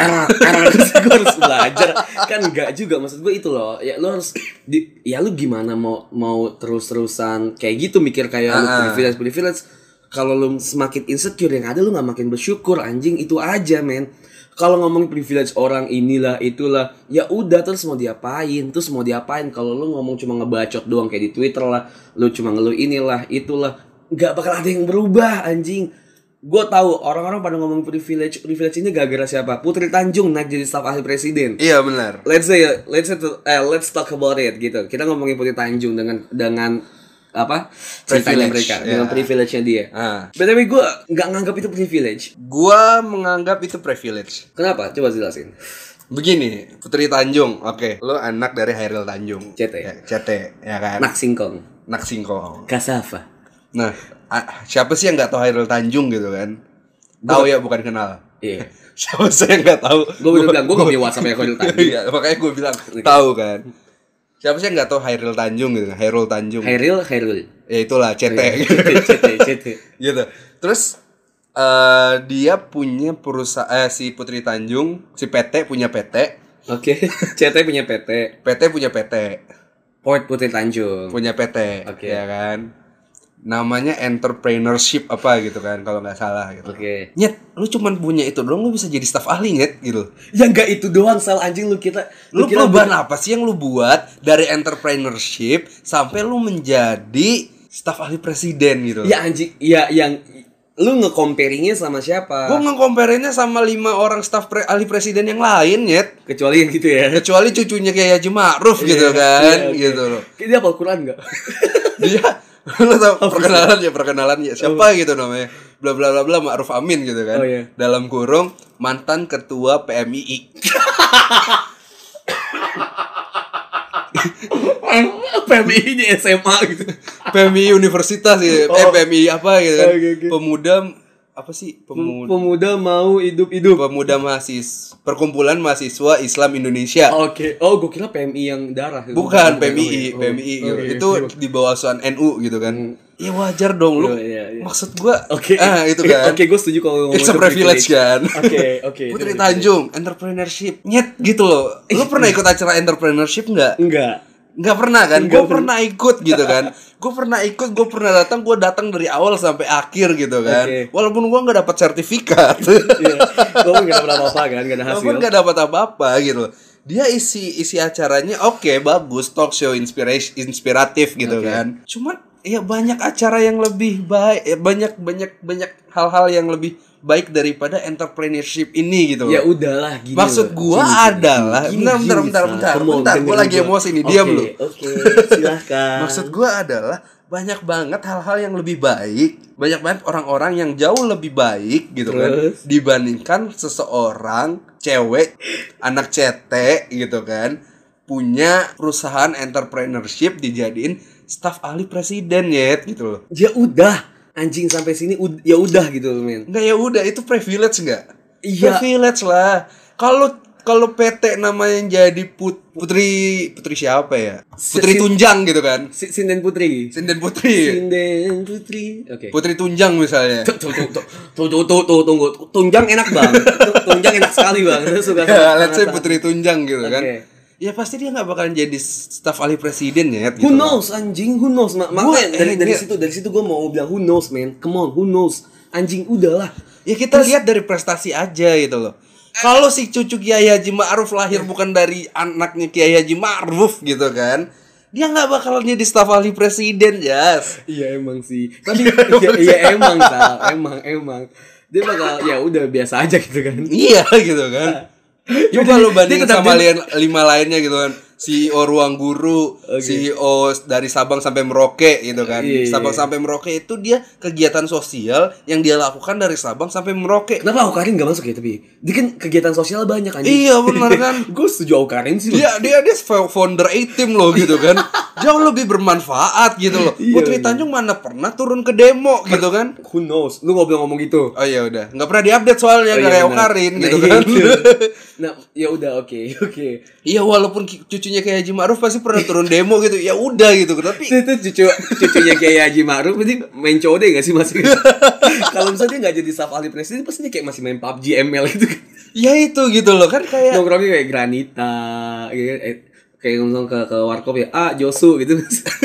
Gue harus belajar. Kan enggak juga, maksud gue itu loh. Ya lu harus ya lu gimana mau terus-terusan kayak gitu mikir kayak lu privilege. Kalau lu semakin insecure yang ada lu enggak makin bersyukur anjing, itu aja men. Kalau ngomong privilege orang inilah itulah, ya udah terus mau diapain? Kalau lu ngomong cuma ngebacot doang kayak di Twitter lah, lu cuma ngeluh inilah itulah, enggak bakal ada yang berubah anjing. Gue tahu orang-orang pada ngomong privilege ini gara-gara siapa? Putri Tanjung naik jadi staf ahli presiden.
Iya benar.
Let's talk about it gitu. Kita ngomongin Putri Tanjung dengan apa? Ceritanya mereka dengan privilege-nya dia. Tapi gue nggak nganggap itu privilege.
Gue menganggap itu privilege.
Kenapa? Coba jelasin.
Begini, Putri Tanjung, oke, lo anak dari Hairil Tanjung.
CT,
ya kan.
Nak
Singkong.
Kasafa.
Nah, siapa sih yang nggak tahu Hairil Tanjung gitu kan? Tahu ya, bukan kenal.
Iya.
Siapa sih yang nggak tahu?
Gue bilang gue gak punya WhatsApp ya Hairil Tanjung.
Iya, makanya gue bilang tahu kan. Siapa sih yang nggak tahu Hairil Tanjung gitu? Hairil Tanjung.
Hairil.
Ya itulah CT.
CT.
Gitu. Terus dia punya perusahaan si Putri Tanjung, si PT punya PT
Oke. CT punya PT.
PT punya PT.
Port Putri Tanjung.
Punya PT.
Oke.
Ya kan? Namanya entrepreneurship apa gitu kan kalau nggak salah gitu.
Oke.
Nyet, lu cuman punya itu doang lu bisa jadi staf ahli nyet gitu.
Ya enggak itu doang Sal anjing lu kira.
Lu perubahan apa sih yang lu buat dari entrepreneurship sampai lu menjadi staf ahli presiden gitu?
Ya anjing, ya yang lu nge-comparingnya sama siapa?
Gue nge-compare-nya sama 5 orang staf ahli presiden yang lain nyet.
Kecuali yang gitu ya.
Kecuali cucunya kayak Haji Ma'ruf gitu kan,
Iya,
gitu loh.
Dia hafal Quran enggak?
Dia lu tau perkenalannya siapa gitu namanya, bla bla bla bla Ma'ruf Amin gitu kan.
Oh, iya.
Dalam kurung mantan ketua PMII.
PMI-nya SMA gitu.
PMI Universitas gitu. PMI apa gitu kan.
Okay.
Pemuda apa sih?
Pemuda mau hidup-hidup.
Pemuda Perkumpulan Mahasiswa Islam Indonesia.
Oke. Oh, gue kira PMI yang darah.
Bukan PMI, PMI gitu.
Okay.
Itu di bawah asuhan NU gitu kan. Ya wajar dong lu.
Iya.
Maksud gua
Oke.
itu kan.
Oke, gue setuju kalau ngomong
It's a privilege kan.
Oke.
Putri Tanjung, entrepreneurship. Nyet gitu loh. Lu pernah ikut acara entrepreneurship enggak? Nggak pernah kan? Gue pernah ikut gitu kan. Gue pernah datang. Gue datang dari awal sampai akhir gitu kan.
Okay.
Walaupun gue nggak dapat sertifikat.
Iya. Gue nggak dapat apa-apa kan, nggak ada hasil.
Walaupun nggak dapat apa-apa gitu. Dia isi acaranya oke, bagus, talk show inspiratif gitu kan. Cuman ya banyak acara yang lebih baik, banyak hal-hal yang lebih baik daripada entrepreneurship ini gitu.
Ya udahlah gini.
Maksud gua adalah bentar, gua lagi emosi nih, diam lu.
Oke, silahkan.
Maksud gua adalah banyak banget hal-hal yang lebih baik, banyak banget orang-orang yang jauh lebih baik gitu kan dibandingkan seseorang cewek anak CT gitu kan punya perusahaan entrepreneurship dijadiin staf ahli presiden gitu loh.
Ya udah, anjing sampai sini ya udah gitu men.
Enggak ya udah, itu privilege enggak?
Iya.
Privilege lah. Kalau PT namanya jadi putri siapa ya? Putri Tunjang gitu kan.
Sinden Putri. Oke.
Putri Tunjang misalnya.
Tunggu. Tunjang enak bang. Tunjang enak sekali bang. Suka.
Let's say Putri Tunjang gitu kan. Ya pasti dia nggak bakalan jadi staf ahli presiden ya.
Who knows anjing, who knows. Makanya dari situ gue mau bilang who knows man. Come on, who knows. Anjing udahlah.
Ya kita lihat dari prestasi aja gitu loh. Kalau si cucu Kiai Haji Ma'ruf lahir bukan dari anaknya Kiai Haji Ma'ruf gitu kan, dia nggak bakalan jadi staf ahli presiden, Jas.
Iya emang sih. Tapi ya emang Sal, emang. Dia bakal ya udah biasa aja gitu kan.
Iya gitu kan. Coba lu bandingin sama 5 lainnya gitu kan. CEO Ruang Guru, CEO dari Sabang sampai Merauke gitu kan. Sabang sampai Merauke itu dia kegiatan sosial yang dia lakukan dari Sabang sampai Merauke.
Kenapa Aukarin gak masuk ya tapi? Dia kan kegiatan sosial banyak anjing.
Iya benar kan.
Gue setuju Aukarin sih.
Dia founder A-Team loh gitu kan. Jauh lebih bermanfaat gitu loh. Putri Tanjung mana pernah turun ke demo gitu kan.
Who knows? Lu gak boleh ngomong gitu.
Oh ya udah, nggak pernah diupdate soalnya kayak Aukarin gitu kan.
Nah, ya udah oke.
Iya walaupun cucunya kayak Haji Ma'ruf pasti pernah turun demo gitu. Ya udah gitu. Tapi
itu cucunya kayak Haji Ma'ruf berarti main code enggak sih masih? Kalau misalnya dia enggak jadi staf ahli presiden pasti dia kayak masih main PUBG ML gitu kan.
Ya itu gitu loh kan kayak
nongkrongnya kayak Granita gitu. Kayak ngomong ke warkop ya. Josu gitu.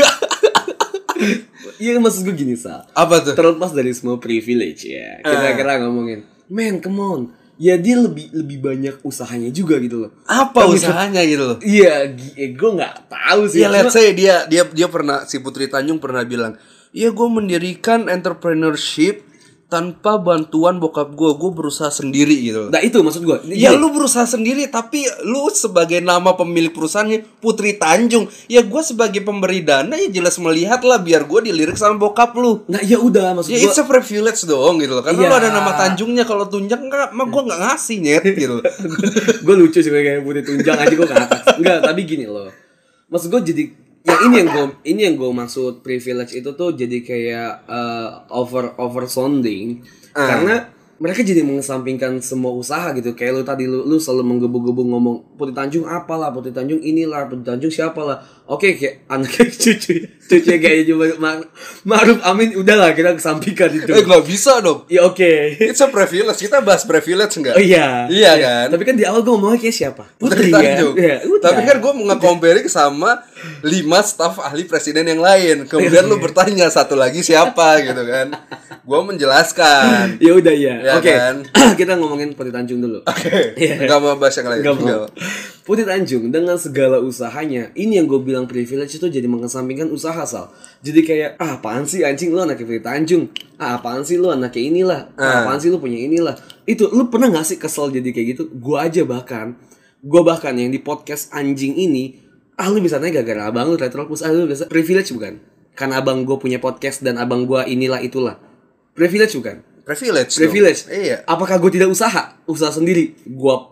Iya maksud gue gini Sal.
Apa tuh?
Terlepas dari semua privilege ya. Kira-kira ngomongin. Man, come on. Ya dia lebih banyak usahanya juga gitu loh.
Apa usahanya gitu loh?
Iya, gue nggak tahu sih.
Ya let's say dia pernah, si Putri Tanjung pernah bilang, iya gue mendirikan entrepreneurship tanpa bantuan bokap gue berusaha sendiri gitu.
Nah itu maksud gue.
Ya lu berusaha sendiri tapi lu sebagai nama pemilik perusahaannya Putri Tanjung. Ya gue sebagai pemberi dana ya jelas melihat lah biar gue dilirik sama bokap lu.
Nah ya udah maksud
ya
gue.
It's a privilege dong gitu loh. Karena lu ada nama Tanjungnya, kalau Tunjang enggak, mah gue nggak ngasih nyet gitu.
Gue lucu sih kayak Putri Tunjang aja gue ngakak. Enggak, tapi gini loh. Maksud gue jadi ini yang gue maksud privilege itu tuh jadi kayak over sounding karena mereka jadi mengesampingkan semua usaha gitu. Kayak lu tadi lu selalu menggebu-gebu ngomong Putri Tanjung apalah, Putri Tanjung inilah, Putri Tanjung siapalah. Oke, kayak anaknya cucu kayak cuma Ma'ruf Amin udahlah kita kesampingkan itu.
Nggak bisa dong.
Ya oke.
It's a privilege. Kita bahas privilege nggak?
Oh iya.
Iya kan?
Tapi kan di awal gue ngomongnya kayak siapa? Putri
Tanjung.
Ya,
Tapi kan gue nge-comparing sama 5 staf ahli presiden yang lain. Kemudian lu bertanya satu lagi siapa gitu kan? Gue menjelaskan.
Ya udah ya.
Ya
Oke.
kan?
Kita ngomongin Putri Tanjung dulu.
Oke.
Iya.
Gak mau bahas yang lain.
Gak mau. Putri Tanjung dengan segala usahanya, ini yang gue bilang privilege itu jadi mengesampingkan usaha, Sal. Jadi kayak apaan sih anjing lu anaknya Putri Tanjung? Apaan sih lu anaknya inilah? Apaan sih lu punya inilah? Itu lu pernah gak sih kesel jadi kayak gitu? Gue bahkan yang di podcast anjing ini, lu bisa nanya gara-gara abang lu Retropus, lu bisa privilege bukan? Karena abang gue punya podcast dan abang gue inilah itulah. Privilege bukan?
Privilege. Iya.
Apakah gue tidak usaha sendiri? Gua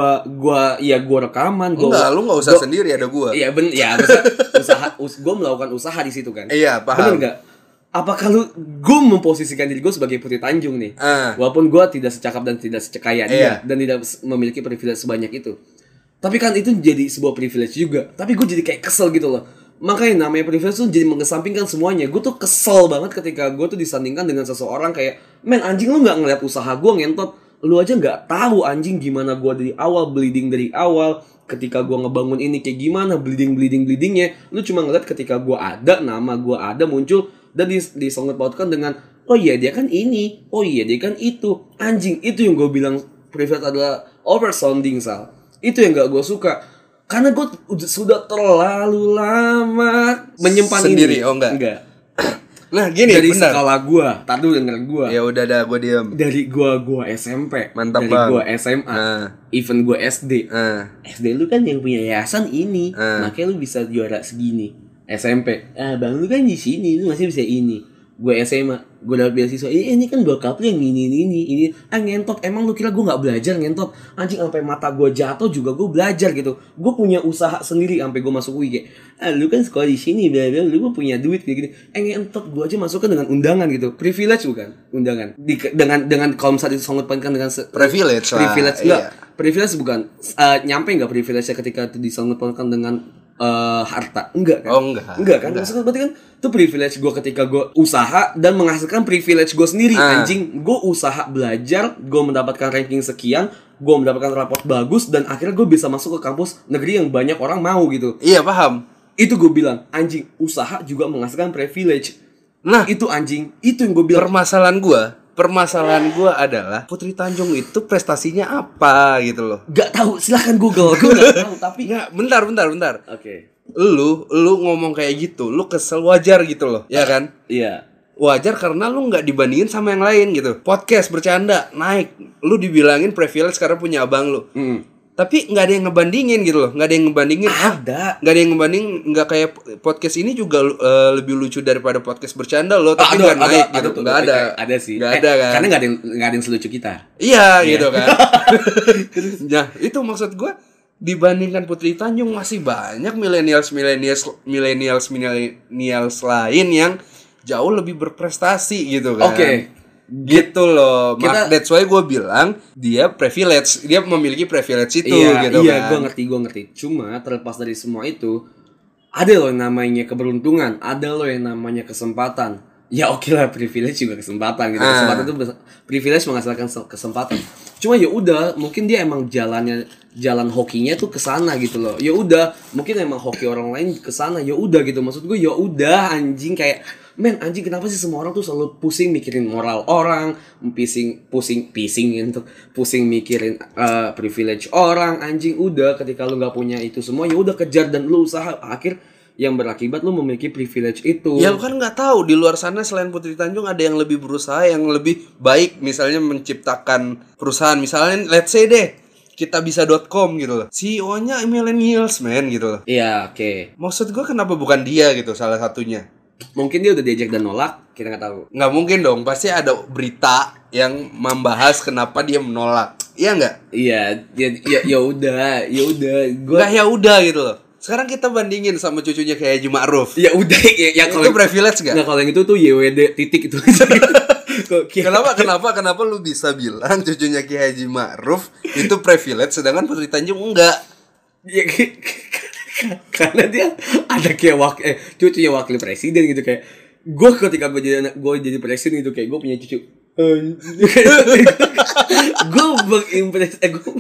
rekaman.
Enggak, lu nggak usah sendiri, ada gua.
Iya gue melakukan usaha di situ kan.
Iya, paham.
Bener nggak? Apakah gue memposisikan diri gue sebagai Putri Tanjung nih? Walaupun gue tidak secakap dan tidak secekaya dia dan tidak memiliki privilege sebanyak itu. Tapi kan itu jadi sebuah privilege juga. Tapi gue jadi kayak kesel gitu loh. Makanya namanya privilege tuh jadi mengesampingkan semuanya. Gue tuh kesel banget ketika gue tuh disandingkan dengan seseorang kayak, men anjing lu gak ngeliat usaha gue ngentot. Lu aja gak tahu anjing gimana gue dari awal, bleeding dari awal. Ketika gue ngebangun ini kayak gimana, bleedingnya. Lu cuma ngeliat ketika gue ada, nama gue ada muncul. Dan disangkut pautkan dengan, oh iya dia kan ini, oh iya dia kan itu. Anjing, itu yang gue bilang privilege adalah oversounding, Sal. Itu yang gak gue suka. Karena gue sudah terlalu lama menyimpan
sendiri,
ini.
Oh enggak. Nah gini
dari
benar.
sekolah gue, tadi denger gue.
Ya udah dah, gue diam.
Dari gue SMP,
mantap
dari
bang.
Gue SMA, even gue SD. SD lu kan yang punya yayasan ini, makanya lu bisa juara segini. SMP, bang lu kan di sini, lu masih bisa ini. Gue SMA, gue dapet beasiswa. Ini kan bokap lu yang ini. Ngentot, emang lu kira gue nggak belajar ngentot? Anjing sampai mata gue jatuh juga gue belajar gitu. Gue punya usaha sendiri sampai gue masuk UI kayak, lu kan sekolah di sini, bla lu punya duit gini. Ngentot, gue aja masukkan dengan undangan gitu. Privilege bukan? Undangan. Dengan kalau misalnya disangkut pautkan dengan
privilege lah.
Privilege enggak.
Iya.
Privilege bukan. Nyampe enggak privilege ketika itu disangkut pautkan dengan harta? Enggak kan?
Oh enggak
kan? Maksudnya berarti kan itu privilege gue ketika gue usaha dan menghasilkan privilege gue sendiri. Anjing, gue usaha belajar, gue mendapatkan ranking sekian, gue mendapatkan raport bagus, dan akhirnya gue bisa masuk ke kampus negeri yang banyak orang mau gitu.
Iya paham.
Itu gue bilang, anjing, usaha juga menghasilkan privilege.
Nah
itu anjing, itu yang gue bilang.
Permasalahan gue adalah Putri Tanjung itu prestasinya apa gitu loh.
Gak tahu, silahkan Google. Gue gak tahu, tapi
nggak, bentar.
Oke.
Lu ngomong kayak gitu, lu kesel wajar gitu loh, ya kan?
Iya.
Wajar karena lu nggak dibandingin sama yang lain gitu. Podcast bercanda naik, lu dibilangin privilege karena punya abang lu. Tapi nggak ada yang ngebandingin gitu loh, nggak ada yang ngebandingin.
Ada.
Nggak ada yang ngebanding, nggak kayak podcast ini juga lebih lucu daripada podcast bercanda loh. Tapi nggak naik gitu, nggak ada.
Ada sih.
Nggak ada kan?
Karena nggak ada yang selucu kita.
Iya gitu kan. Nah itu maksud gue. Dibandingkan Putri Tanjung masih banyak millennials lain yang jauh lebih berprestasi gitu kan.
Oke.
Gitu loh. That's why gue bilang dia privilege, dia memiliki privilege itu gitu kan.
Iya, gue ngerti. Cuma terlepas dari semua itu, ada loh yang namanya keberuntungan, ada loh yang namanya kesempatan. Ya oke lah, privilege juga kesempatan gitu. Kesempatan itu privilege menghasilkan kesempatan. Cuma ya udah, mungkin dia emang jalan hokinya tuh ke sana gitu loh. Ya udah, mungkin emang hoki orang lain ke sana. Ya udah gitu. Maksud gue ya udah anjing, kayak anjing kenapa sih semua orang tuh selalu pusing mikirin moral orang, pusing mikirin privilege orang. Anjing udah, ketika lu nggak punya itu semua ya udah kejar dan lu usaha, akhir yang berakibat lu memiliki privilege itu.
Ya lu kan nggak tahu di luar sana selain Putri Tanjung ada yang lebih berusaha, yang lebih baik, misalnya menciptakan perusahaan, misalnya let's say deh kitabisa.com gitu loh. CEO-nya millennials man gitu loh.
Iya, oke.
Maksud gue kenapa bukan dia gitu salah satunya?
Mungkin dia udah diajak dan nolak, kita nggak tahu.
Nggak mungkin dong, pasti ada berita yang membahas kenapa dia menolak. Iya nggak?
Iya, ya udah.
Nggak ya udah gitu loh. Sekarang kita bandingin sama cucunya kayak Haji Ma'ruf.
Ya udah, ya
kalau itu privilege gak?
Nggak, kalau yang itu tuh YWD titik itu.
Kenapa lu bisa bilang cucunya Ki Haji Ma'ruf itu privilege sedangkan Putri Tanjung enggak?
Ya, karena dia ada kayak cucunya wakil presiden gitu, kayak gue ketika gue jadi presiden gitu, kayak gue punya cucu. Gue mengimpress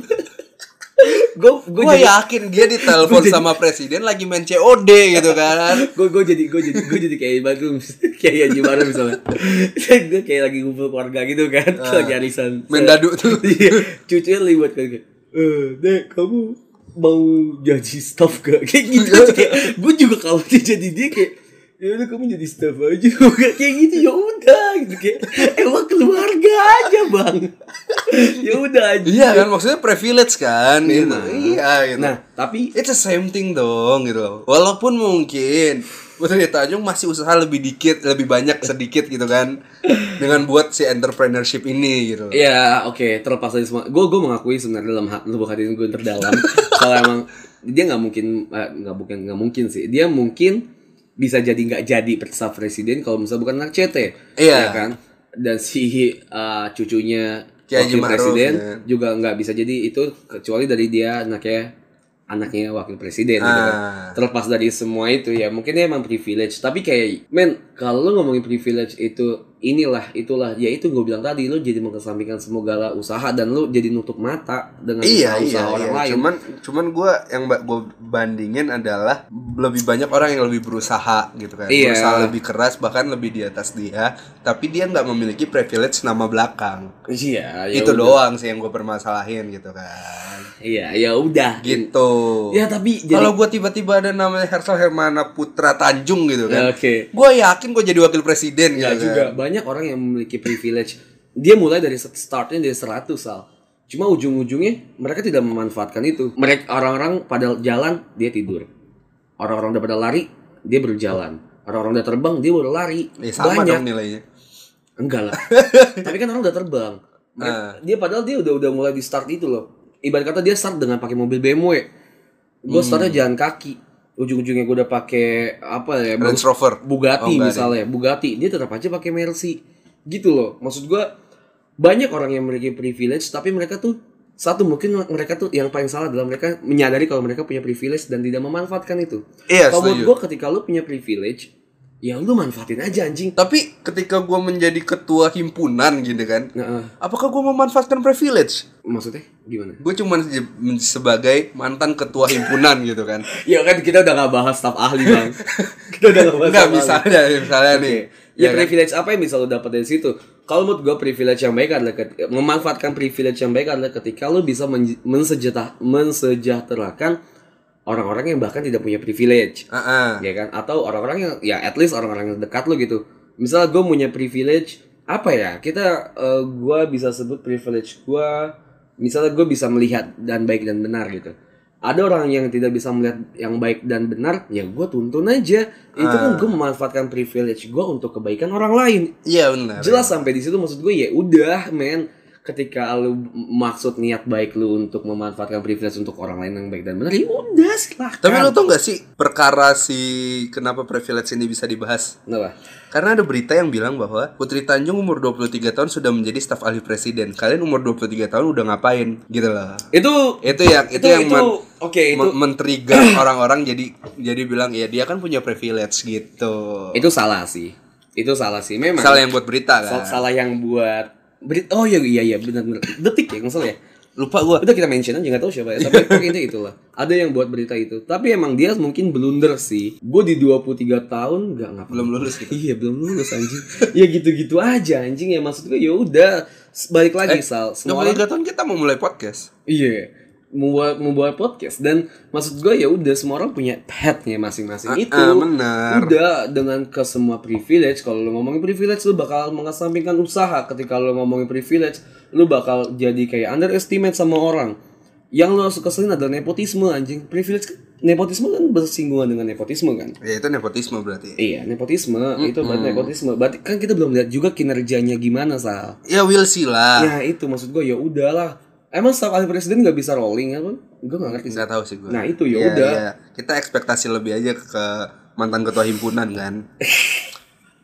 gue
yakin dia ditelepon sama presiden lagi main COD gitu kan.
gue jadi kayak Badrum, kayak Haji Ma'ruf misalnya. Gue kayak lagi ngumpul keluarga gitu kan, lagi arisan
main dadu tuh.
Cucunya liwat kayak Dek, kamu mau jadi staff gak? Kayak gitu. Kayak gue juga kalau dia jadi dia kayak, ya udah kamu jadi staff aja. Kayak gitu, ya udah gitu, kayak emang keluarga aja bang. Ya udah aja.
Iya kan, maksudnya privilege kan gitu. Iya gitu.
Nah tapi
it's the same thing dong gitu. Walaupun mungkin Putri Tanjung masih usaha lebih banyak sedikit gitu kan, dengan buat si entrepreneurship ini gitu.
Iya, oke, terlepas dari semua, gue mengakui sebenarnya dalam lubuk hati gue terdalam kalau emang dia nggak mungkin sih, dia mungkin bisa jadi nggak jadi staff presiden kalau misalnya bukan anak CT, ya kan? Dan si cucunya wakil presiden juga nggak bisa jadi itu kecuali dari dia anaknya wakil presiden gitu kan. Terlepas dari semua itu ya mungkin dia emang privilege, tapi kayak kalau lo ngomongin privilege itu itulah ya itu gue bilang tadi, lo jadi mengesampingkan segala usaha dan lo jadi nutup mata dengan usaha orang lain.
Cuman gue bandingin adalah lebih banyak orang yang lebih berusaha gitu kan. Berusaha lebih keras, bahkan lebih di atas dia, tapi dia nggak memiliki privilege nama belakang.
Iya,
itu doang sih yang gue permasalahin gitu kan.
Iya, ya udah
gitu.
Ya tapi
kalau gue tiba-tiba ada namanya Hersal Hermana Putra Tanjung gitu kan,
gue
yakin gue jadi wakil presiden gitu
juga kan. Banyak orang yang memiliki privilege, dia mulai dari startnya dari 100 Sal. Cuma ujung-ujungnya mereka tidak memanfaatkan itu. Mereka orang-orang pada jalan dia tidur, orang-orang udah pada lari dia berjalan, orang-orang udah terbang dia udah lari.
Sama banyak dong nilainya.
Enggak lah. Tapi kan orang udah terbang. Dia padahal dia udah mulai di start itu loh. Ibarat kata dia start dengan pakai mobil BMW. Gue startnya jalan kaki. Ujung-ujungnya gue udah pakai apa ya?
Range Rover,
Bugatti misalnya. Bugatti, dia tetap aja pakai Mercy. Gitu loh. Maksud gue banyak orang yang memiliki privilege, tapi mereka tuh mungkin mereka tuh yang paling salah adalah mereka menyadari kalau mereka punya privilege dan tidak memanfaatkan itu.
Iya,
kalau menurut gue ketika lu punya privilege, ya lu manfaatin aja anjing.
Tapi ketika gue menjadi ketua himpunan gitu kan, apakah gue memanfaatkan privilege?
Maksudnya gimana?
Gue cuma sebagai mantan ketua himpunan gitu kan.
Ya kan kita udah gak bahas staf ahli bang. Kita udah gak bahas.
Enggak, misalnya nih.
Ya privilege apa yang bisa lo dapat dari situ? Kalau menurut gue privilege yang baik adalah memanfaatkan privilege yang baik adalah ketika lo bisa mensejahterakan orang-orang yang bahkan tidak punya privilege, ya kan? Atau orang-orang yang ya at least orang-orang yang dekat lo gitu. Misalnya gue punya privilege apa ya? Gue bisa sebut privilege gue. Misalnya gue bisa melihat dan baik dan benar gitu. Ada orang yang tidak bisa melihat yang baik dan benar, ya gue tuntun aja. Itu kan gue memanfaatkan privilege gue untuk kebaikan orang lain.
Iya benar.
Jelas sampai di situ maksud gue ya udah men. Ketika lu maksud niat baik lu untuk memanfaatkan privilege untuk orang lain yang baik dan benar, ya udah silahkan.
Tapi lu tau gak sih perkara kenapa privilege ini bisa dibahas?
Kenapa?
Karena ada berita yang bilang bahwa Putri Tanjung umur 23 tahun sudah menjadi staf ahli presiden. Kalian umur 23 tahun udah ngapain? Gitu lah. Itu yang men-trigger orang-orang jadi bilang ya dia kan punya privilege gitu.
Itu salah sih. Memang.
Salah yang buat berita kan.
Salah yang buat berita. Oh iya benar. Detik ya salah ya.
Lupa gue.
Udah kita mention aja, nggak tahu siapa ya. Tapi pokoknya itulah. Ada yang buat berita itu. Tapi emang dia mungkin blunder sih. Gue di 23 tahun nggak
belum lulus gitu.
Iya belum lulus anjing. Ya gitu-gitu aja anjing ya, maksud gue ya udah balik lagi Sal.
Semua 23 tahun kita mau mulai podcast.
Iya. Membuat podcast dan maksud gue ya udah semua orang punya path-nya masing-masing itu.
Benar.
Udah dengan ke semua privilege. Kalau lu ngomongin privilege lu bakal mengesampingkan usaha. Ketika lu ngomongin privilege lu bakal jadi kayak underestimate sama orang. Yang lu harus keselin adalah nepotisme anjing. Privilege nepotisme kan bersinggungan dengan nepotisme kan.
Ya itu nepotisme berarti.
Iya nepotisme itu berarti nepotisme. Berarti kan kita belum lihat juga kinerjanya gimana Sal.
Ya will see lah.
Ya itu maksud gue ya udahlah. Emang staf ahli presiden nggak bisa rolling kan? Gue nggak ngerti.
Nggak tahu sih gue.
Nah itu ya udah.
Kita ekspektasi lebih aja ke mantan ketua himpunan kan.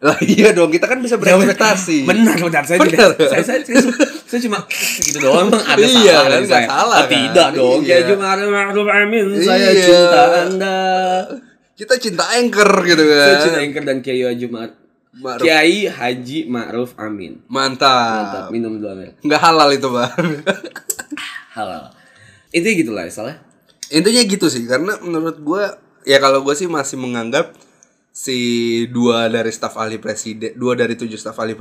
Lah iya dong, kita kan bisa berekspektasi.
Benar. Saya cuma gitu doang, emang ada
Iya,
salah
kan
dari
nggak
saya.
salah,
Oh,
kan?
tidak dong.
Iya.
Kiai Ma'ruf Amin, saya
Iya.
cinta Anda.
Kita cinta Anchor gitu kan.
Saya cinta Anchor dan Kiai
Ma'ruf.
Kiai Haji Ma'ruf Amin. Mantap,
Mantap.
minum dulu Amir.
Nggak halal itu, Bang.
Halal. Itu gitulah salah.
Intinya gitu sih, karena menurut gue ya kalau gue sih masih menganggap si 2 dari 7 staf ahli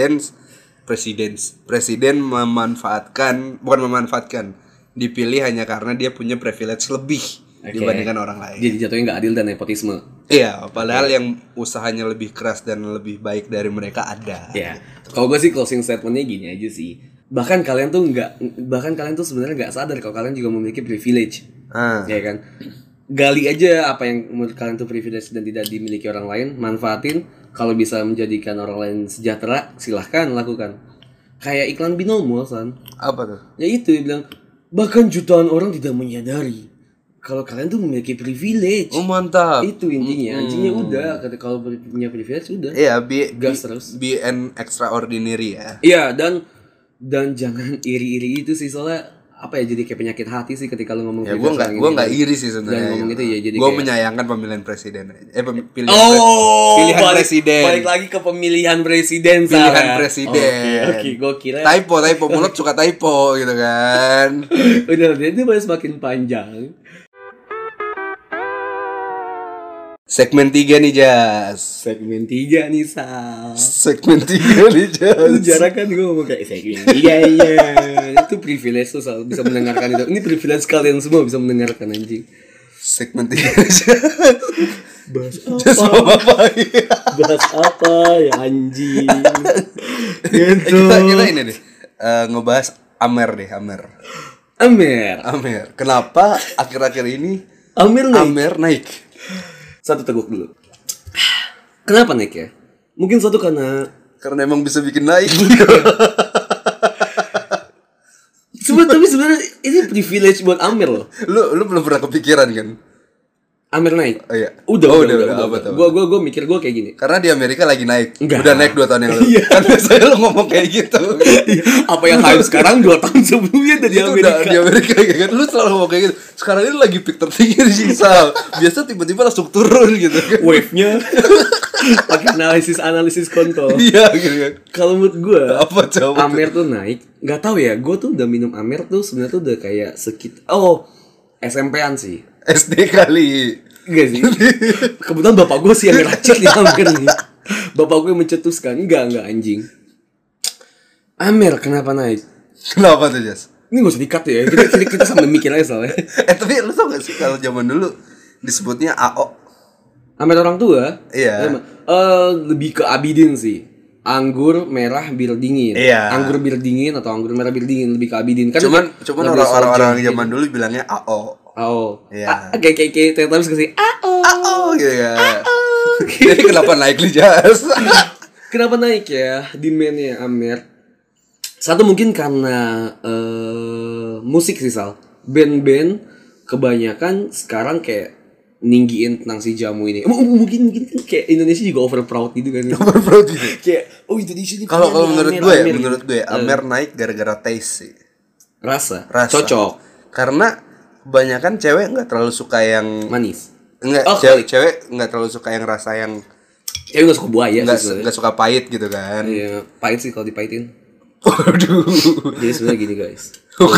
presiden memanfaatkan dipilih hanya karena dia punya privilege lebih dibandingkan orang lain.
Jadi jatuhnya nggak adil dan nepotisme.
Iya, padahal yang usahanya lebih keras dan lebih baik dari mereka ada.
Ya, kalau gue sih closing statementnya gini aja sih. Bahkan kalian tuh sebenarnya nggak sadar kalau kalian juga memiliki privilege. Ya kan? Gali aja apa yang menurut kalian tuh privilege dan tidak dimiliki orang lain, manfaatin. Kalau bisa menjadikan orang lain sejahtera, silahkan lakukan. Kayak iklan binomo, San.
Apa tuh?
Ya itu dia bilang, bahkan jutaan orang tidak menyadari kalau kalian tuh memiliki privilege.
Oh, mantap.
Itu intinya. Anjingnya udah, kalau punya privilege udah.
Iya,
gas terus.
be an extraordinary ya.
Iya, dan jangan iri-iri itu sih, soalnya apa ya, jadi kayak penyakit hati sih ketika lu ngomong
Ya gue nggak iri sih sebenarnya.
Jangan ngomong itu ya, jadi
gue
kayak
menyayangkan pemilihan presiden. Pilihan presiden.
Balik lagi ke pemilihan presiden.
Pilihan presiden.
Oke, gue kira
Typo mulut suka typo gitu kan.
udah itu malah semakin panjang.
Segmen 3 nih, Jas.
Segmen 3 nih, Sal.
Segmen 3 nih, Jas.
Jarang kan gue ngomong kayak segmen 3 ya. Itu privilege tuh, Sal, bisa mendengarkan itu. Ini privilege kalian semua bisa mendengarkan, anjing.
Segmen 3 nih, Jas.
Bahas
Jas apa ya?
Bahas apa ya, anjing.
Kita ini deh. Ngebahas Amer deh, Amer. Kenapa akhir-akhir ini Amer naik?
Satu teguk dulu. Kenapa naik ya? Mungkin satu karena
emang bisa bikin naik.
tapi sebenarnya ini privilege buat Amer loh.
Lu belum pernah kepikiran kan?
Amer naik.
Oh iya.
Udah.
Apa tuh?
Gue mikir gue kayak gini.
Karena di Amerika lagi naik.
Enggak.
Udah naik 2 tahun yang lalu. Kan biasanya lu ngomong kayak gitu.
Apa yang hype sekarang 2 tahun sebelumnya dari
Itu
Amerika.
udah di Amerika kan. Lu selalu ngomong kayak gitu. Sekarang ini lagi peak tertinggi di Sal. Biasa tiba-tiba langsung turun gitu kan.
Wave-nya pakai analisis kontol.
Iya gitu kan.
Kalau menurut gue
Apa coba?
Amer tuh naik. Gak tahu ya. Gue tuh udah minum Amer tuh sebenarnya tuh udah kayak SMP-an sih.
SD kali.
Enggak sih. Kebetulan bapak gue sih yang ngeracik di Amer nih. Bapak gue mencetuskan. Enggak anjing. Amer kenapa naik?
Kenapa tuh, Jas?
Ini gak usah di-cut ya. Kita sambil mikir aja soalnya.
Tapi lu tau gak sih kalau zaman dulu disebutnya AO?
Amer orang tua?
Iya.
Lebih ke Abidin sih. Anggur merah bir dingin.
Iya.
Anggur bir dingin atau anggur merah bir dingin, lebih ke Abidin. Kan
Cuman orang-orang zaman dulu bilangnya AO.
Iya.
Iya.
Kayak terus ke sini.
AO gitu ya. Jadi kenapa naik nih, Jas?
Kenapa naik ya demand-nya Amer? Satu mungkin karena musik sih, Sal. Band-band kebanyakan sekarang kayak ninggiin tentang si jamu ini. Mungkin kan kayak Indonesia juga over proud gitu kan.
Over proud gitu.
Kayak Indonesia ini
Kalau
punya
menurut gue Amer naik gara-gara taste sih.
Rasa. Cocok.
Karena kebanyakan cewek nggak terlalu suka yang
Manis.
Cewek nggak terlalu suka yang rasa yang
Cewek gak suka buaya sih.
nggak suka pahit gitu kan.
Iya, pahit sih kalau dipahitin.
Waduh.
Jadi sebenarnya gini, guys.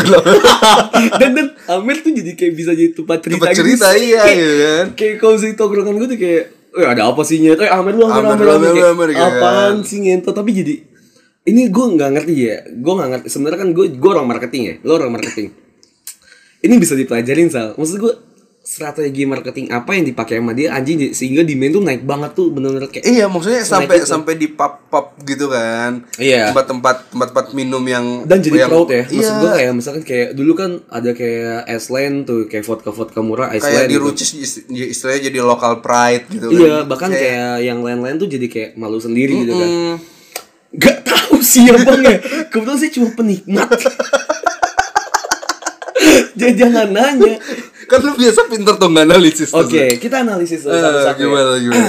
dan Amer tuh jadi kayak bisa jadi tempat cerita gitu.
Iya kan.
Kayak kalau si tongkrongan gue tuh kayak ada apa sih nyet? Amer lu Amer
gitu
apaan
kan.
sih ngentot, tapi jadi ini gue nggak ngerti ya. Gue nggak ngerti. Sebenarnya kan gue orang marketing ya. Lo orang marketing. Ini bisa dipelajarin, Sal. Maksud gue strategi marketing apa yang dipakai sama dia anjing sehingga demand tuh naik banget tuh bener-bener kayak.
Iya, maksudnya sampai di pub gitu kan.
Iya.
Tempat minum yang
dan jadi proud ya. Maksud
iya.
gue kayak misalkan kayak dulu kan ada kayak Iceland tuh, kayak vodka murah Iceland.
Kayak di
gitu.
Rucis istilahnya jadi local pride gitu kan.
Iya, bahkan kayak yang lain-lain tuh jadi kayak malu sendiri gitu kan. Gak tahu sih ya Bang ya. Kebetulan sih cuma penikmat. Jangan nanya.
Kan lu biasa pinter tuh nganalisis.
Oke, kita analisis satu-satu.
Gimana.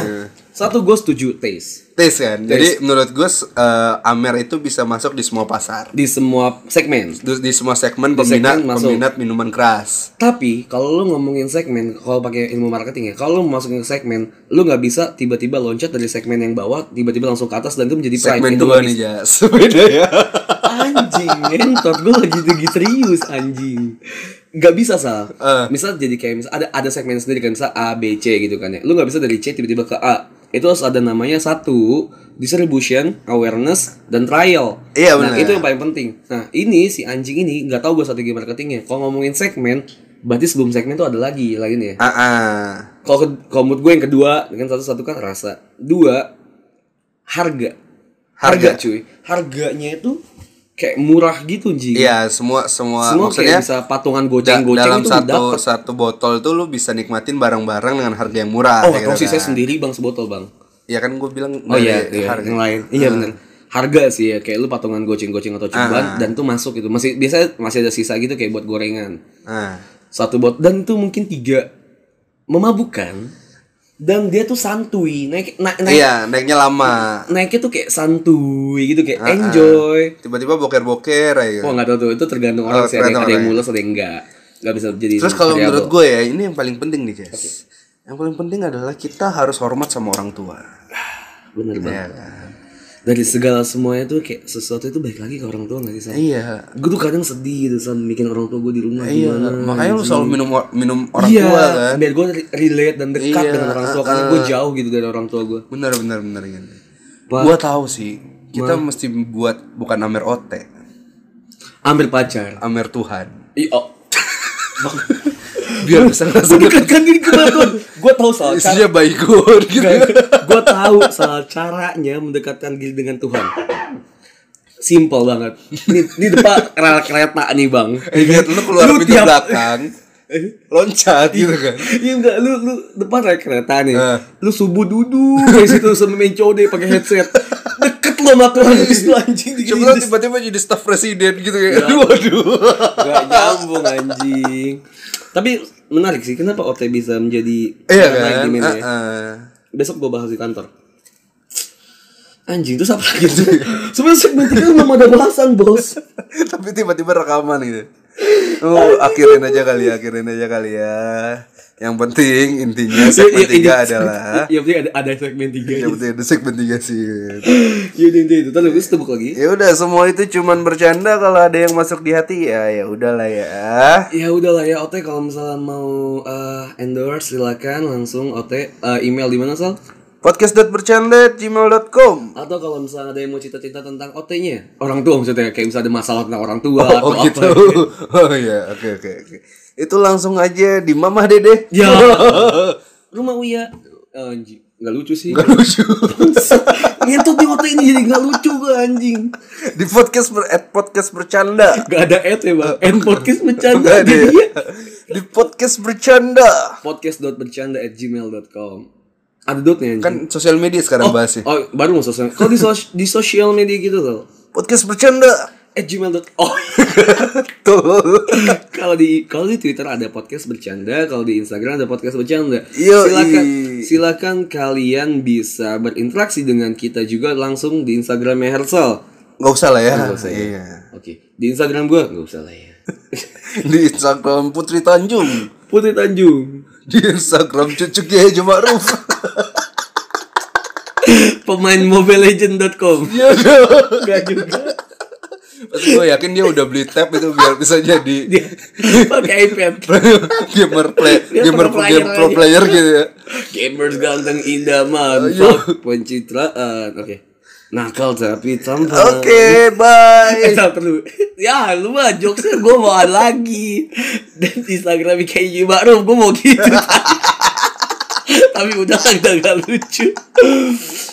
Satu gue setuju taste.
Taste kan. Jadi menurut gue Amer itu bisa masuk di semua pasar.
Di semua segmen.
Di semua segmen
Di segmen
peminat minuman keras.
Tapi kalau lu ngomongin segmen, kalau pakai ilmu marketing ya, kalau lu masukin ke segmen, lu nggak bisa tiba-tiba loncat dari segmen yang bawah tiba-tiba langsung ke atas dan itu menjadi prime.
Segmen
itu
2 nih Jas. Beda ya.
Anjing, ngentot gue lagi serius anjing. Gak bisa Sal. Misal jadi kayak misal ada segmen sendiri kan, misal A, B, C gitu kan ya. Lu gak bisa dari C tiba-tiba ke A. Itu harus ada namanya satu distribution, awareness, dan trial.
Iya
Nah
benar.
itu yang paling penting. Nah ini si anjing ini gak tahu gue strategi marketingnya. Kalau ngomongin segmen, berarti sebelum segmen tuh ada lagi lainnya. Kalau menurut gue yang kedua dengan satu kan rasa. Dua harga cuy. Harganya itu kayak murah gitu Ji.
Iya, semua
kayak
maksudnya
bisa patungan goceng
dalam
itu
satu botol tuh lu bisa nikmatin barang-barang dengan harga yang murah.
Oh,
gitu
sih
kan.
saya sendiri bang sebotol bang.
Iya kan gue bilang
Iya,
harga
yang lain. Iya benar. Harga sih ya kayak lu patungan goceng atau cuban dan tuh masuk itu. Biasanya masih ada sisa gitu kayak buat gorengan. Satu botol dan itu mungkin 3 memabukkan. Dan dia tuh santuy,
naiknya lama.
Naiknya tuh kayak santuy gitu, kayak enjoy.
Tiba-tiba boker-boker aja.
Oh nggak tahu tuh, itu tergantung orang sih. Ada yang mulus, ada yang enggak bisa jadi.
Terus kalau menurut gue ya, ini yang paling penting nih Jess. Okay. Yang paling penting adalah kita harus hormat sama orang tua.
Bener banget.
Ya, kan?
Dari segala semuanya tuh kayak sesuatu itu baik lagi ke orang tua nggak sih Sam?
Iya.
Gue tuh kadang sedih gitu Sam bikin orang tua gue di rumah
gimana. Makanya lu selalu minum orang
tua
kan.
Biar gue relate dan dekat dengan orang tua karena gue jauh gitu dari orang tua gue.
Bener ya. Gue tahu sih. Kita mesti buat bukan Amer Ote.
Amer pacar.
Amer Tuhan.
Biar bisa mendekatkan diri ke Tuhan. Gue tahu soal
isinya baikun gitu.
Gue tahu soal caranya mendekatkan diri dengan Tuhan. Simple banget. Ini depan rel kereta nih bang.
Lihat lu keluar pintu belakang, loncat gitu kan.
Iya enggak, lu depan rel kereta nih. Lu subuh duduk di situ sama main code pakai headset. Deket lo sama Tuhan itu anjing.
Coba tiba-tiba jadi staff presiden gitu ya. Waduh.
Gak nyambung anjing. Tapi menarik sih, kenapa OT bisa menjadi
kan?
Besok gue bahas di kantor. Anjing, terus apa lagi tuh? Sebenarnya segmen 3 belum ada bahasan bos.
Tapi tiba-tiba rekaman gitu. Akhirin aja kali ya. Yang penting intinya segmen 3 adalah.
Yang penting ada segmen 3.
Yang penting ada segmen 3 sih.
Ya intinya itu. Terus tebuk lagi.
Ya udah, semua itu cuman bercanda. Kalau ada yang masuk di hati ya udahlah ya.
Ya udahlah ya OT, kalau misalnya mau endorse silakan langsung OT email di mana Sal?
podcast.bercanda@gmail.com.
Atau kalau misalnya ada yang mau cerita-cerita tentang OT-nya, orang tua maksudnya, kayak misalnya ada masalah tentang orang tua atau
gitu.
apa gitu.
Oh iya, oke. Itu langsung aja di Mamah Dede.
Ya. Rumah Uya. Anjing, enggak lucu sih.
Enggak lucu.
Ngentot di OT ini jadi enggak lucu gue anjing.
Di podcast bercanda.
Enggak ada ya, Bang. podcast bercanda
ada ya. Di podcast bercanda.
podcast.bercanda@gmail.com. Ada dotnya anjing.
Kan sosial media sekarang bahasnya.
Oh, baru mau sosial. Kalau di sosial media gitu tuh.
Podcast bercanda
@gmail.com. Oh.
Tuh.
Kalau di Twitter ada podcast bercanda, kalau di Instagram ada podcast bercanda. Silakan kalian bisa berinteraksi dengan kita juga langsung di Instagramnya Hersal.
Nggak usah lah ya.
Iya. Oke. Di Instagram gue nggak usah lah ya.
Di Instagram Putri Tanjung.
Di
Instagram Cucu Kiai Haji Ma'ruf.
Pemain mobilelegend.com.
Iya dong.
Gak juga.
Pasti gue yakin dia udah beli tab itu biar bisa jadi
dia pakai iPad.
gamer pro player gitu ya.
Gamers ganteng idaman, pencitraan. Oke. Nakal tapi tampan.
Oke, bye.
Perlu. Ya, lu mah jokesnya gue mau ada lagi. Dan di Instagram kayak Ma'ruf gue mau gitu. Tapi udah gak lucu.